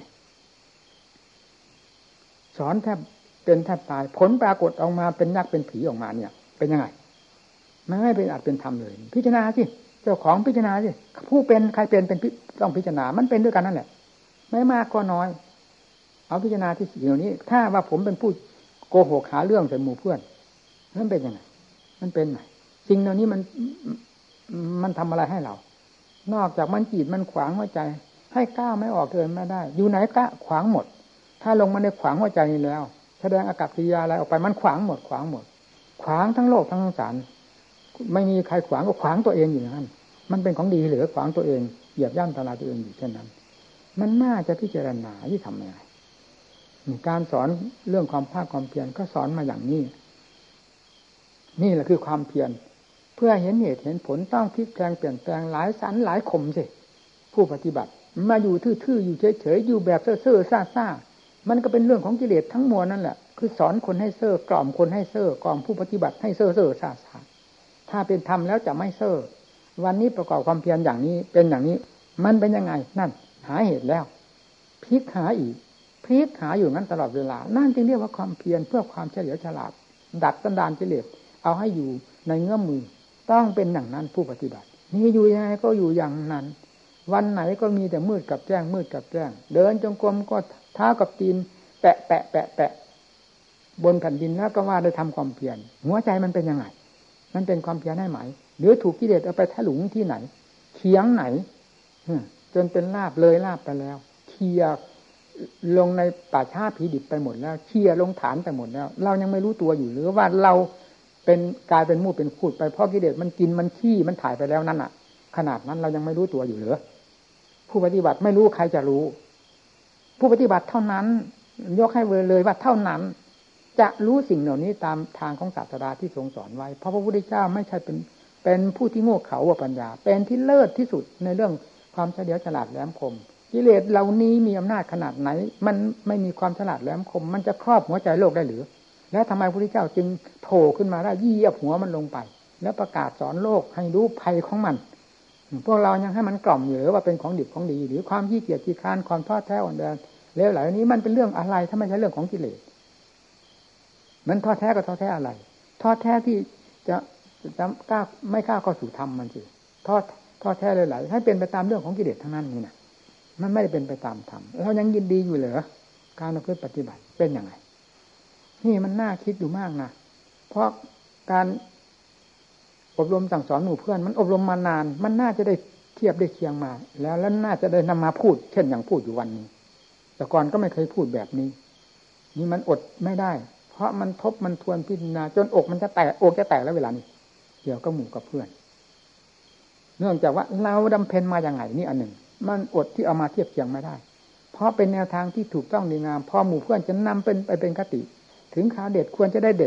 สอนแทบเป็นแทบตายผลปรากฏออกมาเป็นยักษ์เป็นผีออกมาเนี่ยเป็นยังไงไม่เป็นอาจเป็นธรรมเลยพิจารณาสิเจ้าของพิจารณาสิผู้เป็นใครเป็นต้องพิจารณามันเป็นด้วยกันนั่นแหละไม่มากก็น้อยเอาพิจารณาที่สิ่งเหล่านี้ถ้าว่าผมเป็นผู้โกหกหาเรื่องใส่หมู่เพื่อนนั่นเป็นยังไงมันเป็นไหนสิ่งเหล่านี้มันทำอะไรให้เรานอกจากมันจีดมันขวางหัวใจให้ก้าวไม่ออกเดินไม่ได้อยู่ไหนก็ขวางหมดถ้าลงมาในขวางหัวใจนี่แล้วแสดงอากัปกิริยาอะไรออกไปมันขวางหมดขวางทั้งโลกทั้งสงสารไม่มีใครขวางก็ขวางตัวเองอยู่อย่างนั้นมันเป็นของดีหรือขวางตัวเองเหยียบย่ำทำลายตัวเองอยู่เช่นนั้นมันน่าจะพิจารณาที่ทำยังไงการสอนเรื่องความภาคความเพียรก็สอนมาอย่างนี้นี่แหละคือความเพียรเพื่อเห็นเหตุเห็นผลต้องพลิกแปลงเปลี่ยนแปลงหลายสันหลายข่มสิผู้ปฏิบัติมาอยู่ทื่อๆอยู่เฉยๆอยู่แบบเซ่อๆซ่าๆมันก็เป็นเรื่องของกิเลสทั้งมวลนั่นแหละคือสอนคนให้เซ่อกล่อมคนให้เซ่อกล่อมผู้ปฏิบัติให้เซ่อๆซ่าๆถ้าเป็นธรรมแล้วจะไม่เซ่อวันนี้ประกอบความเพียรอย่างนี้เป็นอย่างนี้มันเป็นยังไงนั่นหาเหตุแล้วพลิกหาอีกพลิกหาอยู่นั้นตลอดเวลานั่นจึงเรียกว่าความเพียรเพื่อความเฉลียวฉลาดดัดสันดานกิเลสเอาให้อยู่ในเงื้อมมือต้องเป็นอย่างนั้นผู้ปฏิบัตินี่อยู่ยังไงก็อยู่อย่างนั้นวันไหนก็มีแต่มืดกับแจ้งมืดกับแจ้งเดินจงกรมก็เท้ากับตีนแปะแปะแปะแปะบนแผ่นดินแล้วก็ว่าได้ทำความเพียรหัวใจมันเป็นยังไงมันเป็นความเพียรให้ไหมหรือถูกกิเลสเอาไปถลุงที่ไหนเคียงไหนจนเป็นลาบเลยลาบไปแล้วเคลียลงในป่าช้าผีดิบไปหมดแล้วเคลียลงฐานไปหมดแล้วเรายังไม่รู้ตัวอยู่หรือว่าเราเป็นกลายเป็นมูดเป็นพูดไปเพราะกิเลสมันกินมันขี้มันถ่ายไปแล้วนั่นน่ะขนาดนั้นเรายังไม่รู้ตัวอยู่หรือผู้ปฏิบัติไม่รู้ใครจะรู้ผู้ปฏิบัติเท่านั้นยกให้เลยว่าเท่านั้นจะรู้สิ่งเหล่านี้ตามทางของศาสดาที่ทรงสอนไว้เพราะพระพุทธเจ้าไม่ใช่เป็นผู้ที่โง่เขลาว่าปัญญาเป็นที่เลิศที่สุดในเรื่องความเฉลียวฉลาดแหลมคมกิเลสเหล่านี้มีอำนาจขนาดไหนมันไม่มีความฉลาดแหลมคมมันจะครอบหัวใจโลกได้หรือแล้วทำไมพระพุทธเจ้าจึงโผล่ขึ้นมาได้เหยียบหัวมันลงไปแล้วประกาศสอนโลกให้รู้ภัยของมันพวกเรายังให้มันกล่อมอยู่หรือว่าเป็นของดิบของดีหรือความขี้เกียจขี้คร้านความท้อแท้อ่อนแอเลวไหลนี้มันเป็นเรื่องอะไรถ้าไม่ใช่เรื่องของกิเลสมันท้อแท้ก็ท้อแท้อะไรท้อแท้ที่จะกล้าไม่กล้าเข้าสู่ธรรมมันสิท้อแท้เลยไหลให้เป็นไปตามเรื่องของกิเลสทั้งนั้นนี่นะมันไม่ได้เป็นไปตามธรรมเรายังยินดีอยู่เหรอการเราเพื่อปฏิบัติเป็นยังไงนี่มันน่าคิดอยู่มากนะเพราะการอบรมสั่งสอนหมู่เพื่อนมันอบรมมานานมันน่าจะได้เทียบได้เคียงมาแล้วน่าจะได้นำมาพูดเช่นอย่างพูดอยู่วันนี้แต่ก่อนก็ไม่เคยพูดแบบนี้นี่มันอดไม่ได้เพราะมันทบมันทวนพิจารณาจนอกมันจะแตกอกจะแตกแล้วเวลานี้เกี่ยวกับหมู่กับเพื่อนเนื่องจากว่าเราดำเพ็ญมาอย่างไงนี่อันหนึ่งมันอดที่เอามาเทียบเคียงไม่ได้เพราะเป็นแนวทางที่ถูกต้องดีงามพอหมู่เพื่อนจะนำไปเป็นคติถึงข่าวเด็ดควรจะได้เด็ด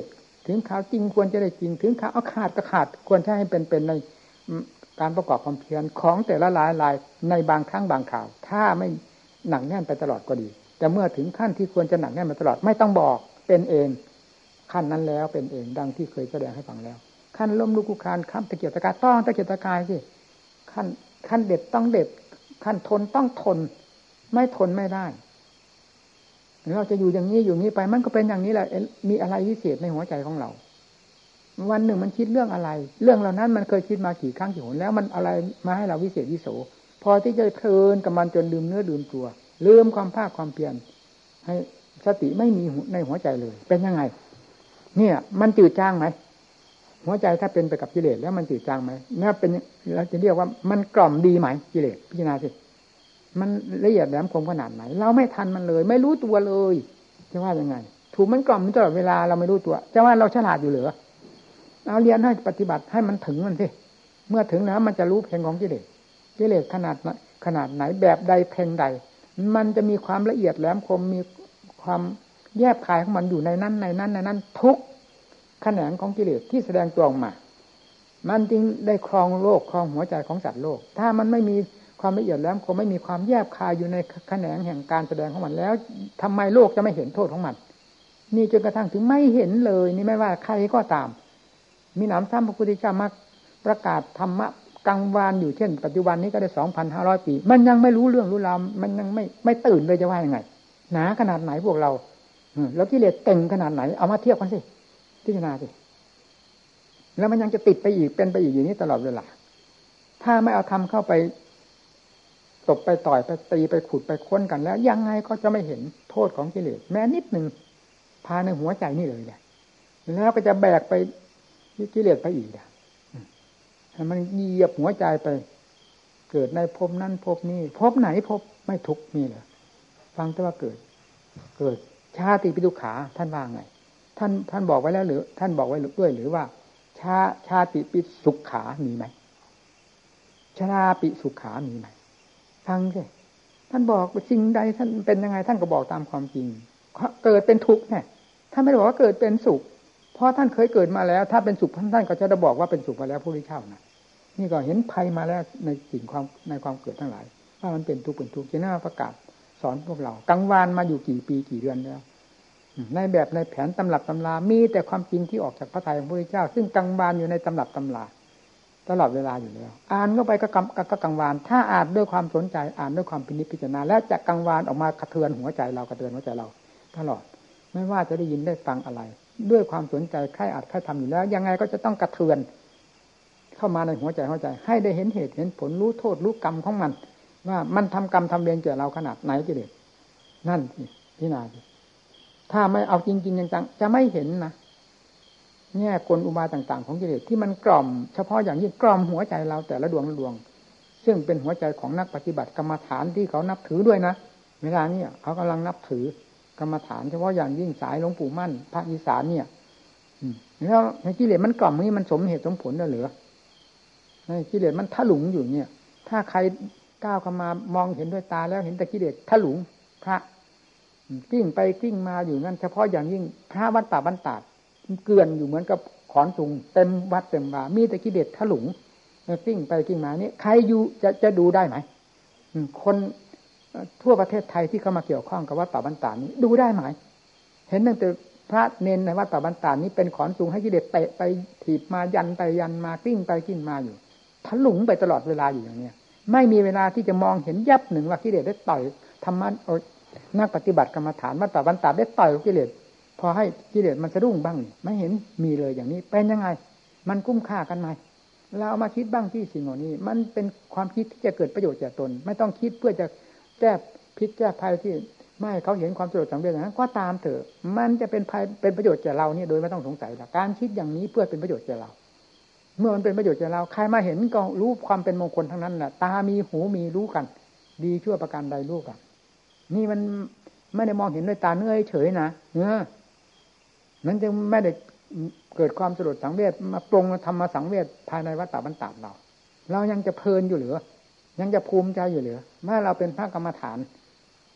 ถึงข่าวจริงควรจะได้จริงถึงข่าวเอาขาดก็ขาดควรจะให้เป็นในการประกอบความเพียรของแต่ละรายในบางครั้งบางข่าวถ้าไม่หนักแน่นไปตลอดก็ดีแต่เมื่อถึงขั้นที่ควรจะหนักแน่นมาตลอดไม่ต้องบอกเป็นเองขั้นนั้นแล้วเป็นเองดังที่เคยแสดงให้ฟังแล้วขั้นล้มลุกคลุกคลานขั้นตะเกียกตะกายต้องตะเกียกตะกายสิขั้นเด็ดต้องเด็ดขั้นทนต้องทนไม่ทนไม่ได้เราจะอยู่อย่างนี้อยู่นี้ไปมันก็เป็นอย่างนี้แหละมีอะไรวิเศษในหัวใจของเราวันหนึ่งมันคิดเรื่องอะไรเรื่องเหล่านั้นมันเคยคิดมากี่ครั้งกี่หนแล้วมันอะไรมาให้เราวิเศษวิโสพอที่จะเพลินกับมันจนลืมเนื้อลืมตัวลืมความภาคความเพียรให้สติไม่มีในหัวใจเลยเป็นยังไงเนี่ยมันจืดจางไหมหัวใจถ้าเป็นไปกับกิเลสแล้วมันจืดจางไหมเนี่ยเป็นเราจะเรียกว่ามันกล่อมดีไหมกิเลสพิจารณาสิมันละเอียดแหลมคมขนาดไหนเราไม่ทันมันเลยไม่รู้ตัวเลยจะว่ายังไงถูกมันกล่อมตลอดเวลาเราไม่รู้ตัวจะว่าเราฉลาดอยู่เหรอเอาเรียนให้ปฏิบัติให้มันถึงมันสิเมื่อถึงแล้วมันจะรู้เพลงของกิเลสขนาดไหนแบบใดเพลงใดมันจะมีความละเอียดแหลมคมมีความแยบคายของมันอยู่ในนั้นทุกแขนงของกิเลสที่แสดงตัวออกมามันจึงได้ครองโลกครองหัวใจของสัตว์โลกถ้ามันไม่มีความละเอียดแหลมคมไม่มีความแยบคายอยู่ในแขนงแห่งการแสดงของมันแล้วทำไมโลกจะไม่เห็นโทษของมันนี่จนกระทั่งถึงไม่เห็นเลยนี่ไม่ว่าใครก็ตามมีหนำซ้ำพระพุทธเจ้ามาประกาศธรรมะกังวานอยู่เช่นปัจจุบันนี้ก็ได้ 2,500 ปีมันยังไม่รู้เรื่องรู้ราวมันยังไม่ตื่นเลยจะว่ายังไงหนาขนาดไหนพวกเราแล้วกิเลสเต็งขนาดไหนเอามาเทียบกันสิพิจารณาสิแล้วมันยังจะติดไปอีกเป็นไปอีกอย่างนี้ตลอดเวลาถ้าไม่เอาทำเข้าไปตบไปต่อยไปตีไปขุดไปค้นกันแล้วยังไงก็จะไม่เห็นโทษของกิเลสแม้นิดหนึ่งพาในหัวใจนี่เลยแหละแล้วก็จะแบกไปกิเลสไปอีกมันเหยียบหัวใจไปเกิดในภพนั้นภพนี้ภพไหนภพไม่ทุกข์มีเหรอฟังแต่ว่าเกิดชาติปิทุกขาท่านว่าไงท่านบอกไว้แล้วหรือท่านบอกไว้ด้วยหรือว่าชาติปิสุขขามีไหมชราปิสุขขามีไหมฟังสิท่านบอกสิ่งใดท่านเป็นยังไงท่านก็บอกตามความจริงเกิดเป็นทุกข์เนี่ยท่านไม่ได้บอกว่าเกิดเป็นสุขเพราะท่านเคยเกิดมาแล้วถ้าเป็นสุขท่านก็จะได้บอกว่าเป็นสุขมาแล้วผู้ที่เช่านะนี่ก็เห็นภัยมาแล้วในสิ่งในความเกิดทั้งหลายว่ามันเป็นทุกข์จะน่าประกาศสอนพวกเรากังวานมาอยู่กี่ปีกี่เดือนแล้วในแบบในแผนตำรับตำรามีแต่ความจริงที่ออกจากพระทัยของพระพุทธเจ้าซึ่งกังวานอยู่ในตำรับตำราตลอดเวลาอยู่แล้วอ่านเข้าไปก็กังวานถ้าอ่านด้วยความสนใจอ่านด้วยความพินิจพิจารณาและจะกังวานออกมากระเทือนหัวใจเรากระเทือนหัวใจเราตลอดไม่ว่าจะได้ยินได้ฟังอะไรด้วยความสนใจใคร่อ่านใคร่ทำอยู่แล้วยังไงก็จะต้องกระเทือนเข้ามาในหัวใจให้ได้เห็นเหตุเห็นผลรู้โทษรู้กรรมของมันว่ามันทำกรรมทำเวรแก่เราขนาดไหนกิเลสนั่นสิพี่นาถ้าไม่เอาจริงๆจังๆจะไม่เห็นนะแง่กลอุบายต่างๆของกิเลสที่มันกล่อมเฉพาะอย่างยิ่งกล่อมหัวใจเราแต่ละดวงซึ่งเป็นหัวใจของนักปฏิบัติกรรมฐานที่เขานับถือด้วยนะเวลานี้เขากำลังนับถือกรรมฐานเฉพาะอย่างยิ่งสายหลวงปู่มั่นภาคอีสานเนี่ยแล้วในกิเลสมันกล่อมนี่มันสมเหตุสมผลได้หรือในกิเลสมันถลุงอยู่เนี่ยถ้าใครก้าวเข้ามามองเห็นด้วยตาแล้วเห็นแต่กิเลสถลุงพระกลิ้งไปกลิ้งมาอยู่นั่นเฉพาะอย่างยิ่งพระวัดป่าบ้านตาดเกลื่อนอยู่เหมือนกับขอนสูงเต็มวัดเต็มบามีแต่กิเลสถลุงกลิ้งไปกลิ้งมานี่ใครอยู่จะดูได้ไหมคนทั่วประเทศไทยที่เข้ามาเกี่ยวข้องกับวัดป่าบ้านตาดนี้ดูได้ไหมเห็นตั้งแต่พระเนนในวัดป่าบ้านตาดนี้เป็นขอนสูงให้กิเลสเตะไปถีบมายันไปยันมากลิ้งไปกลิ้งมาอยู่ถลุงไปตลอดเวลาอยู่อย่างนี้ไม่มีเวลาที่จะมองเห็นยับหนึ่งว่ากิเลสได้ต่อยธรรมะนักปฏิบัติกรรมฐานวัดป่าบ้านตาดได้ต่อยกิเลสพอให้กิเลสมันสะดุ้งบ้างไม่เห็นมีเลยอย่างนี้เป็นยังไงมันคุ้มค่ากันไหมเราเอามาคิดบ้างที่สิ่งเหล่านี้มันเป็นความคิดที่จะเกิดประโยชน์แก่ตนไม่ต้องคิดเพื่อจะแก้พิษแก้ภัยที่ไม่เขาเห็นความสะดวกสังเวชอย่างนั้นก็ตามเถอะมันจะเป็นภัยเป็นประโยชน์แก่เราเนี่ยโดยไม่ต้องสงสัยหรอกการคิดอย่างนี้เพื่อเป็นประโยชน์แก่เราเมื่อมันเป็นประโยชน์แก่เราใครมาเห็นก็รู้ความเป็นมงคลทั้งนั้นแหละตามีหูมีรู้กันดีชั่วประการใดรู้กันนี่มันไม่ได้มองเห็นด้วยตาเนื้อเฉยนะนั้นจึงไม่ได้เกิดความสลดสังเวชมาปรงธรรมสังเวชภายในวัฏฏะบรรดาเรายังจะเพลินอยู่หรือยังจะภูมิใจอยู่หรือเมื่อเราเป็นพระกรรมฐาน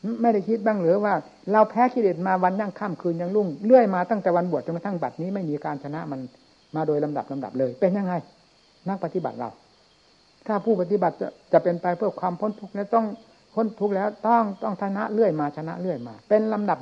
ไม่ได้คิดบ้างหรือว่าเราแพ้กิเลสมาวันยั่งค่ำคืนยังรุ่งเรื่อยมาตั้งแต่วันบวชจนกระทั่งบัดนี้ไม่มีการชนะมันมาโดยลำดับเลยเป็นยังไงนักปฏิบัติเราถ้าผู้ปฏิบัติจะเป็นไปเพื่อความพ้นทุกข์แล้วต้องพ้นทุกข์แล้วต้องชนะเรื่อยมาชนะเรื่อยมาเป็นลำดับ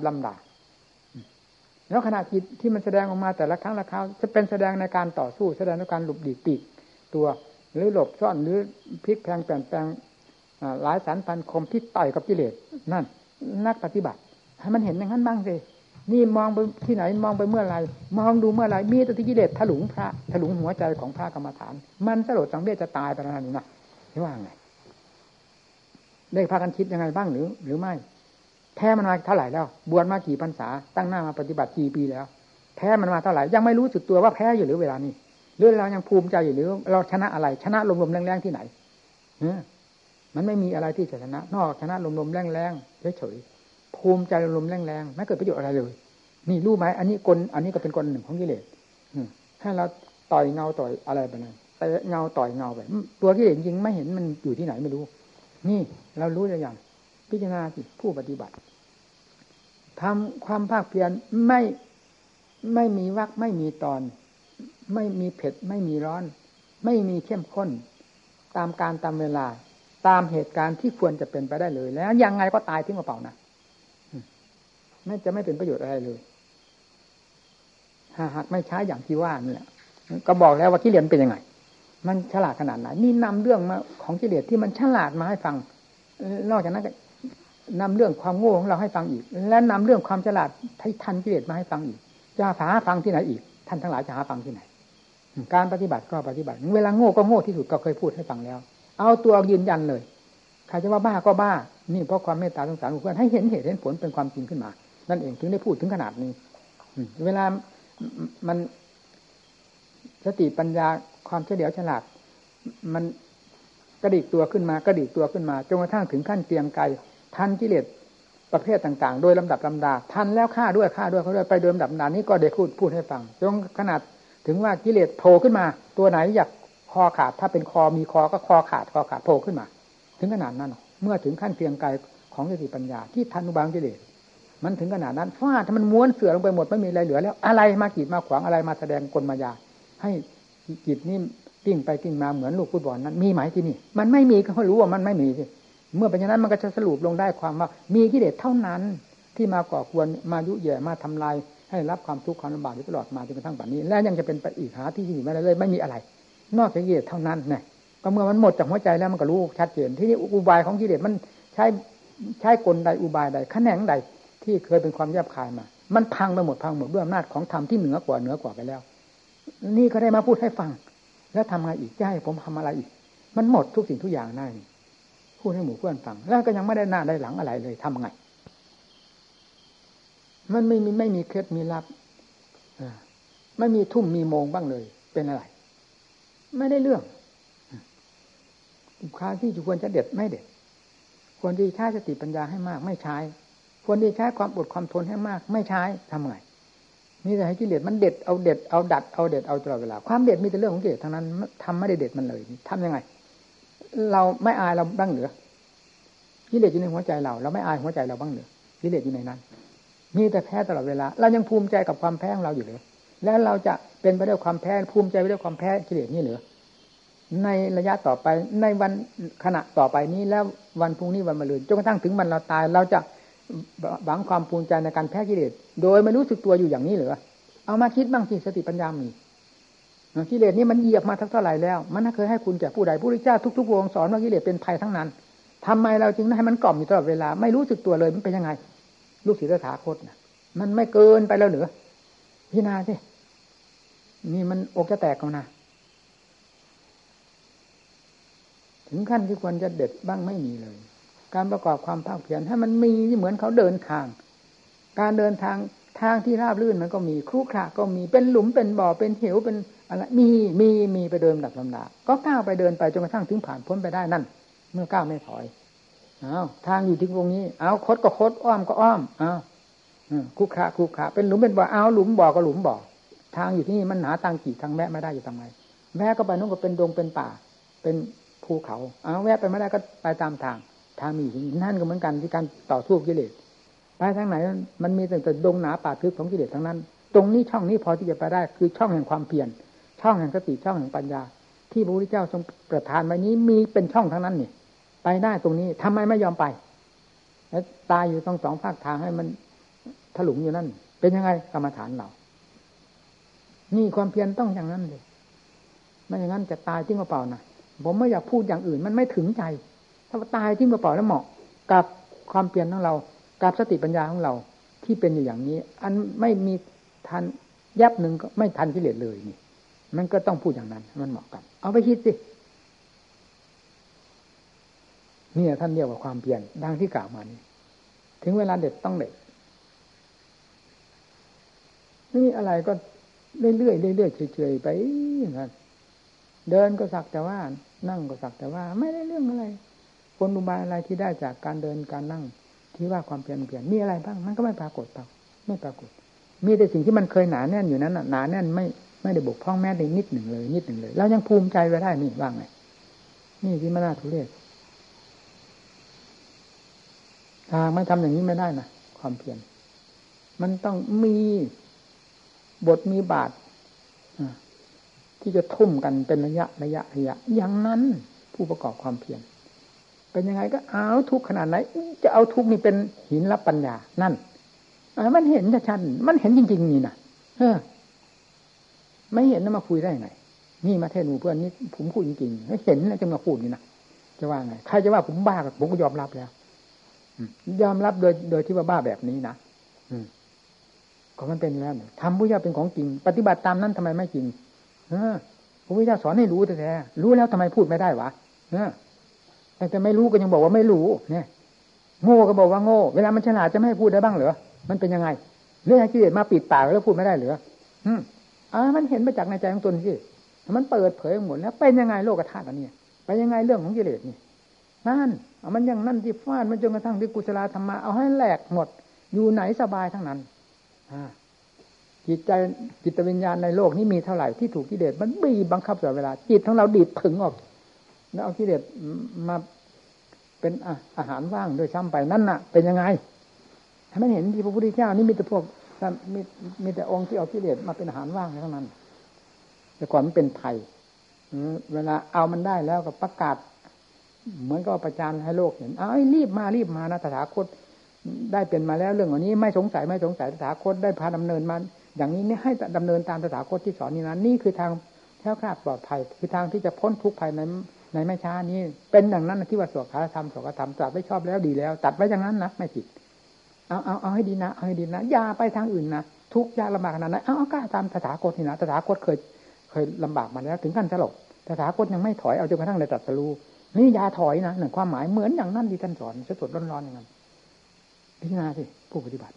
แล้วขณะจิตที่มันแสดงออกมาแต่ละครั้งละคราวจะเป็นแสดงในการต่อสู้แสดงในการหลบหลีกปีกตัวหรือหลบซ่อนหรือพลิกแพลงเปลี่ยนแปลงหลายสันพันคมที่ต่อยกับกิเลสนั่นนักปฏิบัติให้มันเห็นอย่างนั้นบ้างสินี่มองไปที่ไหนมองไปเมื่อไรมองดูเมื่อไรมีแต่กิเลสถลุงหัวใจของพระกรรมฐานมันสลดสังเวชจะตายไปแล้วนี่นะนี่ว่าไงได้พากันคิดยังไงบ้างหรือไม่แพ้มันมาเท่าไหร่แล้วบวชมากี่พรรษาตั้งหน้ามาปฏิบัติกี่ปีแล้วแพ้มันมาเท่าไหร่ยังไม่รู้สึกตัวว่าแพ้อยู่หรือเวลานี้หรือเรายังภูมิใจอยู่หรือเราชนะอะไรชนะลมๆแรงๆที่ไหนมันไม่มีอะไรที่จะชนะนอกชนะลมๆแรงๆเฉยๆภูมิใจลมๆแรงๆไม่เกิดประโยชน์อะไรเลยนี่รู้ไหมอันนี้ก็เป็นกลหนึ่งของกิเลสให้เราต่อยเงาต่อยอะไรไปนั่นแต่เงาต่อยเงาไปตัวกิเลสจริงไม่เห็นมันอยู่ที่ไหนไม่รู้นี่เรารู้อย่างพิจารณาสิผู้ปฏิบัติทำความภาคเพียรไม่มีวรรคไม่มีตอนไม่มีเผ็ดไม่มีร้อนไม่มีเข้มข้นตามการตามเวลาตามเหตุการณ์ที่ควรจะเป็นไปได้เลยแล้วยังไงก็ตายทิ้งกระเป๋านะไม่จะไม่เป็นประโยชน์อะไรเลยหากไม่ใช้อย่างที่ว่านี่แหละก็บอกแล้วว่ากิเลสเป็นยังไงมันฉลาดขนาดไหนนี่นำเรื่องมาของกิเลสที่มันฉลาดมาให้ฟังนอกจากนั้นก็นำเรื่องความโง่ของเราให้ฟังอีกและนำเรื่องความฉลาดที่ทันกิเลสมาให้ฟังอีกจะหาฟังที่ไหนอีกท่านทั้งหลายจะหาฟังที่ไหนการปฏิบัติก็ปฏิบัติเวลาโง่ก็โง่ที่สุดก็เคยพูดให้ฟังแล้วเอาตัวยืนยันเลยใครจะว่าบ้าก็บ้านี่เพราะความเมตตาสงสารของเพื่อนให้เห็นเหตุเห็นผลเป็นความจริงขึ้นมานั่นเองถึงได้พูดถึงขนาดนี้เวลามันสติปัญญาความเฉลียวฉลาดมันกระดิกตัวขึ้นมาจนกระทั่งถึงขั้นเตียงไกลทันกิเลสประเภทต่างๆโดยลำดับลำดาทันแล้วฆ่าด้วยเขาด้วยไปโดยลำดับนานนี้ก็ได้พูดให้ฟังจนขนาดถึงว่ากิเลสโผล่ขึ้นมาตัวไหนอยากคอขาดถ้าเป็นคอมีคอก็คอขาดโผล่ขึ้นมาถึงขนาดนั้นเมื่อถึงขั้นเตียงไกลของสติปัญญาที่ทันอุบางกิเลสมันถึงขนาดนั้นฟาดถ้ามันม้วนเสื่อลงไปหมดไม่มีอะไรเหลือแล้วอะไรมากีดมาขวางอะไรมาแสดงกลมายาให้จิตนี่กิ้งไปกิ้งมาเหมือนลูกฟุตบอลนั้นมีไหมที่นี่มันไม่มีก็รู้ว่ามันไม่มีสิเมื่อเป็นอย่างนั้นมันก็จะสรุปลงได้ความว่ามีกิเลสเท่านั้นที่มาก่อกวนมายุแย่มาทำลายให้รับความทุกข์ความลำบากอยู่ตลอดมาจนกระทั่งบัดนี้และยังจะเป็นไปอีกหาที่ไม่ได้เลยไม่มีอะไรนอกจากกิเลสเท่านั้นเนี่ยก็เมื่อมันหมดจากหัวใจแล้วมันก็รู้ชัดเจนที่นี่อุบายของกิเลสมันใช้กลใดอุบายใดแขนงใดที่เคยเป็นความแยบคายมามันพังไปหมดด้วยอำนาจของธรรมที่เหนือกว่าไปแล้วนี่ก็ได้มาพูดให้ฟังแล้วทำไงอีกจะให้ผมทำอะไรอีกมันหมดทุกสิ่งทุกอย่างได้พูดให้หมู่เพื่อนฟังแล้วก็ยังไม่ได้หน้าได้หลังอะไรเลยทำไงมันไม่มีเคล็ดมีลับไม่มีทุ่มมีโมงบ้างเลยเป็นอะไรไม่ได้เรื่องค่าที่ควรจะเด็ดไม่เด็ดควรที่ใช้สติปัญญาให้มากไม่ใช้ควรที่ใช้ความอดความทนให้มากไม่ใช้ทำไงนี่แต่ให้กิเลสมันเด็ดเอาดัดเอาตลอดเวลาความเด็ดมีแต่เรื่องของกิเลสทั้งนั้นทำไม่ได้เด็ดมันเลยทำยังไงเราไม่อายเราบ้างเหรือกิเลสอยู่ในหัวใจเราไม่อายหัวใจเราบ้างเหรือกิเลสอยู่ในนั้นมีแต่แพ้ตลอดเวลาเรายังภูมิใจกับความแพ้ของเราอยู่เลยแล้วเราจะเป็นไปด้วยความแพ้ภูมิใจไปด้วยความแพ้กิเลสนี่เหรือในระยะต่อไปในวันขณะต่อไปนี้แล้ววันพรุ่งนี้วันมะรืนจนกระทั่งถึงวันเราตายเราจะหวังความภูมิใจในการแพ้กิเลสโดยไม่รู้สึกตัวอยู่อย่างนี้เหรือเอามาคิดบ้างสิสติปัญญามีกิเลสนี่มันเหยียบมาเท่าไหร่แล้วมันเคยให้คุณแก่ผู้ใดผู้ริเจ้าทุกๆวงสอนว่ากิเลสเป็นภัยทั้งนั้นทำไมเราจึงให้มันกล่อมอยู่ตลอดเวลาไม่รู้สึกตัวเลยมันเป็นยังไงลูกศิษย์ตถาคตนะมันไม่เกินไปแล้วเหรือพิจารณาสินี่มันอกจะแตกแล้วนะถึงขั้นที่ควรจะเด็ดบ้างไม่มีเลยการประกอบความภาคเพียรให้มันมีเหมือนเขาเดินทางการเดินทางที่ราบรื่นมันก็มีครุขระก็มีเป็นหลุมเป็นบ่อเป็นเหวเป็นอะไรมีไปเดินดับลำดาก็ก้าวไปเดินไปจนกระทั่งถึงผ่านพ้นไปได้นั่นเมื่อก้าวไม่ถอยทางอยู่ที่ตรงนี้คดก็คดอ้อมก็อ้อมครุขระเป็นหลุมเป็นบ่อหลุมบ่อก็หลุมบ่อทางอยู่ที่นี่มันหาทางขี่ทางแวะไม่ได้อยู่ทำไมแวะก็ไปนู่นก็เป็นดงเป็นป่าเป็นภูเขาแวะไปไม่ได้ก็ไปตามทางแทางมีนั่นก็เหมือนกันที่การต่อสู้กิเลสไปทางไหนมันมีแต่ดงหนาป่าทึบของกิเลสทั้งนั้นตรงนี้ช่องนี้พอที่จะไปได้คือช่องแห่งความเพียรช่องแห่งสติช่องแห่งปัญญาที่พระพุทธเจ้าทรงประทานไว้นี้มีเป็นช่องทั้งนั้นนี่ไปได้ตรงนี้ทำไมไม่ยอมไปแล้วตายอยู่ตรงสองภาคทางให้มันถลุงอยู่นั่นเป็นยังไงกรรมฐานเรานี่ความเพียรต้องอย่างนั้นเลยไม่อย่างนั้นจะตายจริงหรือเปล่านะผมไม่อยากพูดอย่างอื่นมันไม่ถึงใจถ้าตายจริงหรือเปล่าแล้วเหมาะกับความเพียรของเรากับสติปัญญาของเราที่เป็นอยู่อย่างนี้อันไม่มีทันยับหนึ่งก็ไม่ทันกิเลสเลยนี่มันก็ต้องพูดอย่างนั้นมันเหมาะกันเอาไปคิดสินี่ท่านเรียกว่าความเพียรดังที่กล่าวมานี้ถึงเวลาเด็ดต้องเด็ดนี่อะไรก็เรื่อยๆเรื่อยๆเฉยๆไปอย่างนั้นเดินก็สักแต่ว่านั่งก็สักแต่ว่าไม่ได้เรื่องอะไรผลอุบายอะไรที่ได้จากการเดินการนั่งที่ว่าความเพียรมีอะไรบ้างมันก็ไม่ปรากฏไม่ปรากฏมีแต่สิ่งที่มันเคยหนาแน่นอยู่นั้นหนาแน่นไม่ได้บกพร่องแม้แต่นิดหนึ่งเลยเรายังภูมิใจไว้ได้นี่ว่าไงนี่ที่มันน่าทุเรศไม่ทำอย่างนี้ไม่ได้นะความเพียรมันต้องมีบทมีบาทที่จะทุ่มกันเป็นระยะอย่างนั้นผู้ประกอบความเพียรเป็นยังไงก็เอาทุกขนาดไหนจะเอาทุกนี่เป็นหินรับปัญญานั่นมันเห็นชัดๆมันเห็นจริงๆนี่นะไม่เห็นแล้วมาคุยได้ไงนี่มาเทศน์หมู่เพื่อนนี่ผมพูดจริงๆให้เห็นแล้วจะมาพูดนี่นะจะว่าไงใครจะว่าผมบ้าผมก็ยอมรับแล้วยอมรับโดยที่ว่าบ้าแบบนี้นะก็มันเป็นแล้วทำพุทธเจ้าเป็นของจริงปฏิบัติตามนั้นทำไมไม่จริงพระพุทธเจ้าสอนให้รู้แท้ๆรู้แล้วทำไมพูดไม่ได้วะแต่ไม่รู้ก็ยังบอกว่าไม่รู้เนี่ยโง่ก็บอกว่าโง่เวลามันฉลาดจะไม่ให้พูดได้บ้างเหรอมันเป็นยังไงเรื่องกิเลสมาปิดปากแล้วพูดไม่ได้เหรอมันเห็นมาจากในใจของตนสิมันเปิดเผยหมดแล้วเป็นยังไงโลกธาตุอันนี้ไปยังไงเรื่องของกิเลสนี่นั่นมันอย่างนั่นที่ฟาดมันจนกระทั่งที่กุศลธรรมะเอาให้แหลกหมดอยู่ไหนสบายทั้งนั้นจิตวิญญาณในโลกนี้มีเท่าไหร่ที่ถูกกิเลสมันบีบบังคับตลอดเวลาจิตของเราดีดผึ่งออกแล้วเอากิเลสมาเป็นอาหารว่างโดยซ้ำไปนั่นน่ะเป็นยังไงให้มันเห็นที่พระพุทธเจ้านี่มีแต่พวกมีแต่องค์ที่เอากิเลสมาเป็นอาหารว่างเท่านั้นแต่ก่อนมันเป็นภัยเวลาเอามันได้แล้วก็ประกาศเหมือนกับประจานให้โลกเห็นรีบมานะตถาคตได้เป็นมาแล้วเรื่องอันนี้ไม่สงสัยตถาคตได้พาดำเนินมาอย่างนี้นี่ให้ดำเนินตามตถาคตที่สอนนี่นะนี่คือทางแคล้วคลาดปลอดภัยคือทางที่จะพ้นทุกข์ภายในไม่ช้านี้เป็นอย่างนั้นที่ว่าสวดคาธรรมตัดไว้ชอบแล้วดีแล้วตัดไว้อย่างนั้นนะไม่ผิดเอาให้ดีนะอย่าไปทางอื่นนะทุกข์ยากลำบากขนาดไหนเอากล้าตามตถาคตนี่นะตถาคตเคยลำบากมาแล้วถึงขั้นสลบตถาคตยังไม่ถอยเอาจนกระทั่งได้ตรัสรู้นี่อย่าถอยนะหนึ่งความหมายเหมือนอย่างนั้นที่ท่านสอนสดๆร้อนๆอย่างนั้นพิจารณาสิผู้ปฏิบัติ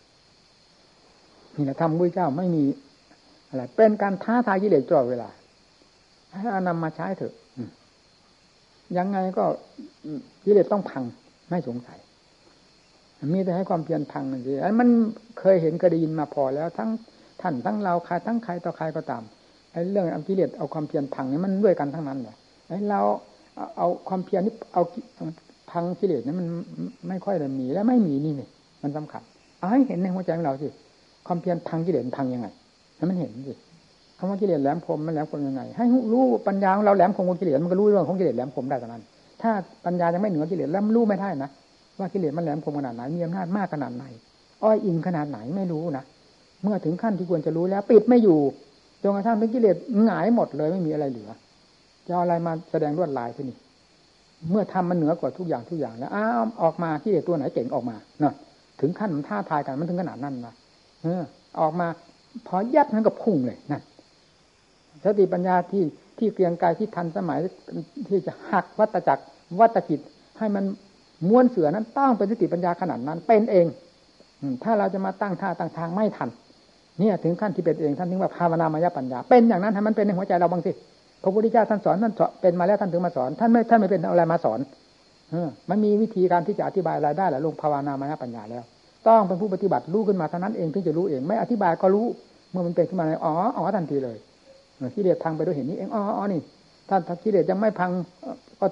นี่แหละธรรมพุทธเจ้าไม่มีอะไรเป็นการท้าทายกิเลสตลอดเวลาให้เอานำมาใช้เถอะยังไงก็กิเลสต้องพังไม่สงสัยมีแต่ให้ความเพียรพังนั่นสิมันเคยเห็นเคยได้ยินมาพอแล้วทั้งท่านทั้งเราทั้งใครต่อใครก็ตามไอ้เรื่องกิเลสเอาความเพียรพังนี่มันด้วยกันทั้งนั้นแหละไอ้เราเอาความเพียรนี่เอาพังกิเลสนี่มันไม่ค่อยจะมีและไม่มีนี่มันสำคัญเอาให้เห็นในหัวใจของเราสิความเพียรพังกิเลสพังยังไงให้มันเห็นสิคำว่ากิเลสแหลมคมมันแหลมคมยังไงให้รู้ปัญญาของเราแหลมคมของกิเลสมันก็รู้เรื่องของกิเลสแหลมคมได้เท่านั้นถ้าปัญญายังไม่เหนือกิเลสแล้วรู้ไม่ได้นะว่ากิเลสมันแหลมคมขนาดไหนมีอำนาจมากขนาดไหนอ้อยอิงขนาดไหนไม่รู้นะเมื่อถึงขั้นที่ควรจะรู้แล้วปิดไม่อยู่จนกระทั่งเป็นกิเลสหงายหมดเลยไม่มีอะไรเหลือจะเอาอะไรมาแสดงลวดลายที่นี่เมื่อทำมันเหนือกว่าทุกอย่างแล้วออกมากิเลสตัวไหนเก่งออกมาเนาะถึงขั้นมันท้าทายกันมันถึงขนาดนั้นนะออกมาพอยัดนั้นก็พุ่งเลยนั่นสติปัญญาที่เกรียงกายที่ทันสมัยที่จะหักวัฏจักรวัฏจิตให้มันม้วนเสือนั้นต้องเป็นสติปัญญาขนาดนั้นเป็นเองถ้าเราจะมาตั้งท่าตั้งทางไม่ทันเนี่ยถึงขั้นที่เป็นเองท่านถึงว่าภาวนามยปัญญาเป็นอย่างนั้นให้มันเป็นในหัวใจเราบ้างสิพระพุทธเจ้าท่านสอนท่านเป็นมาแล้วท่านถึงมาสอนท่านไม่เป็นอะไรมาสอนมันมีวิธีการที่จะอธิบายอะไรได้แหละลงภาวนามยปัญญาแล้วต้องเป็นผู้ปฏิบัติรู้ขึ้นมาเท่านั้นเองถึงจะรู้เองไม่อธิบายก็รู้เมื่อมันเป็นขึ้นมาในทันทีเลยกิเลสพังไปด้วยเห็นนี้เองนี่ถ้ากิเลสยังไม่พังก็ตาม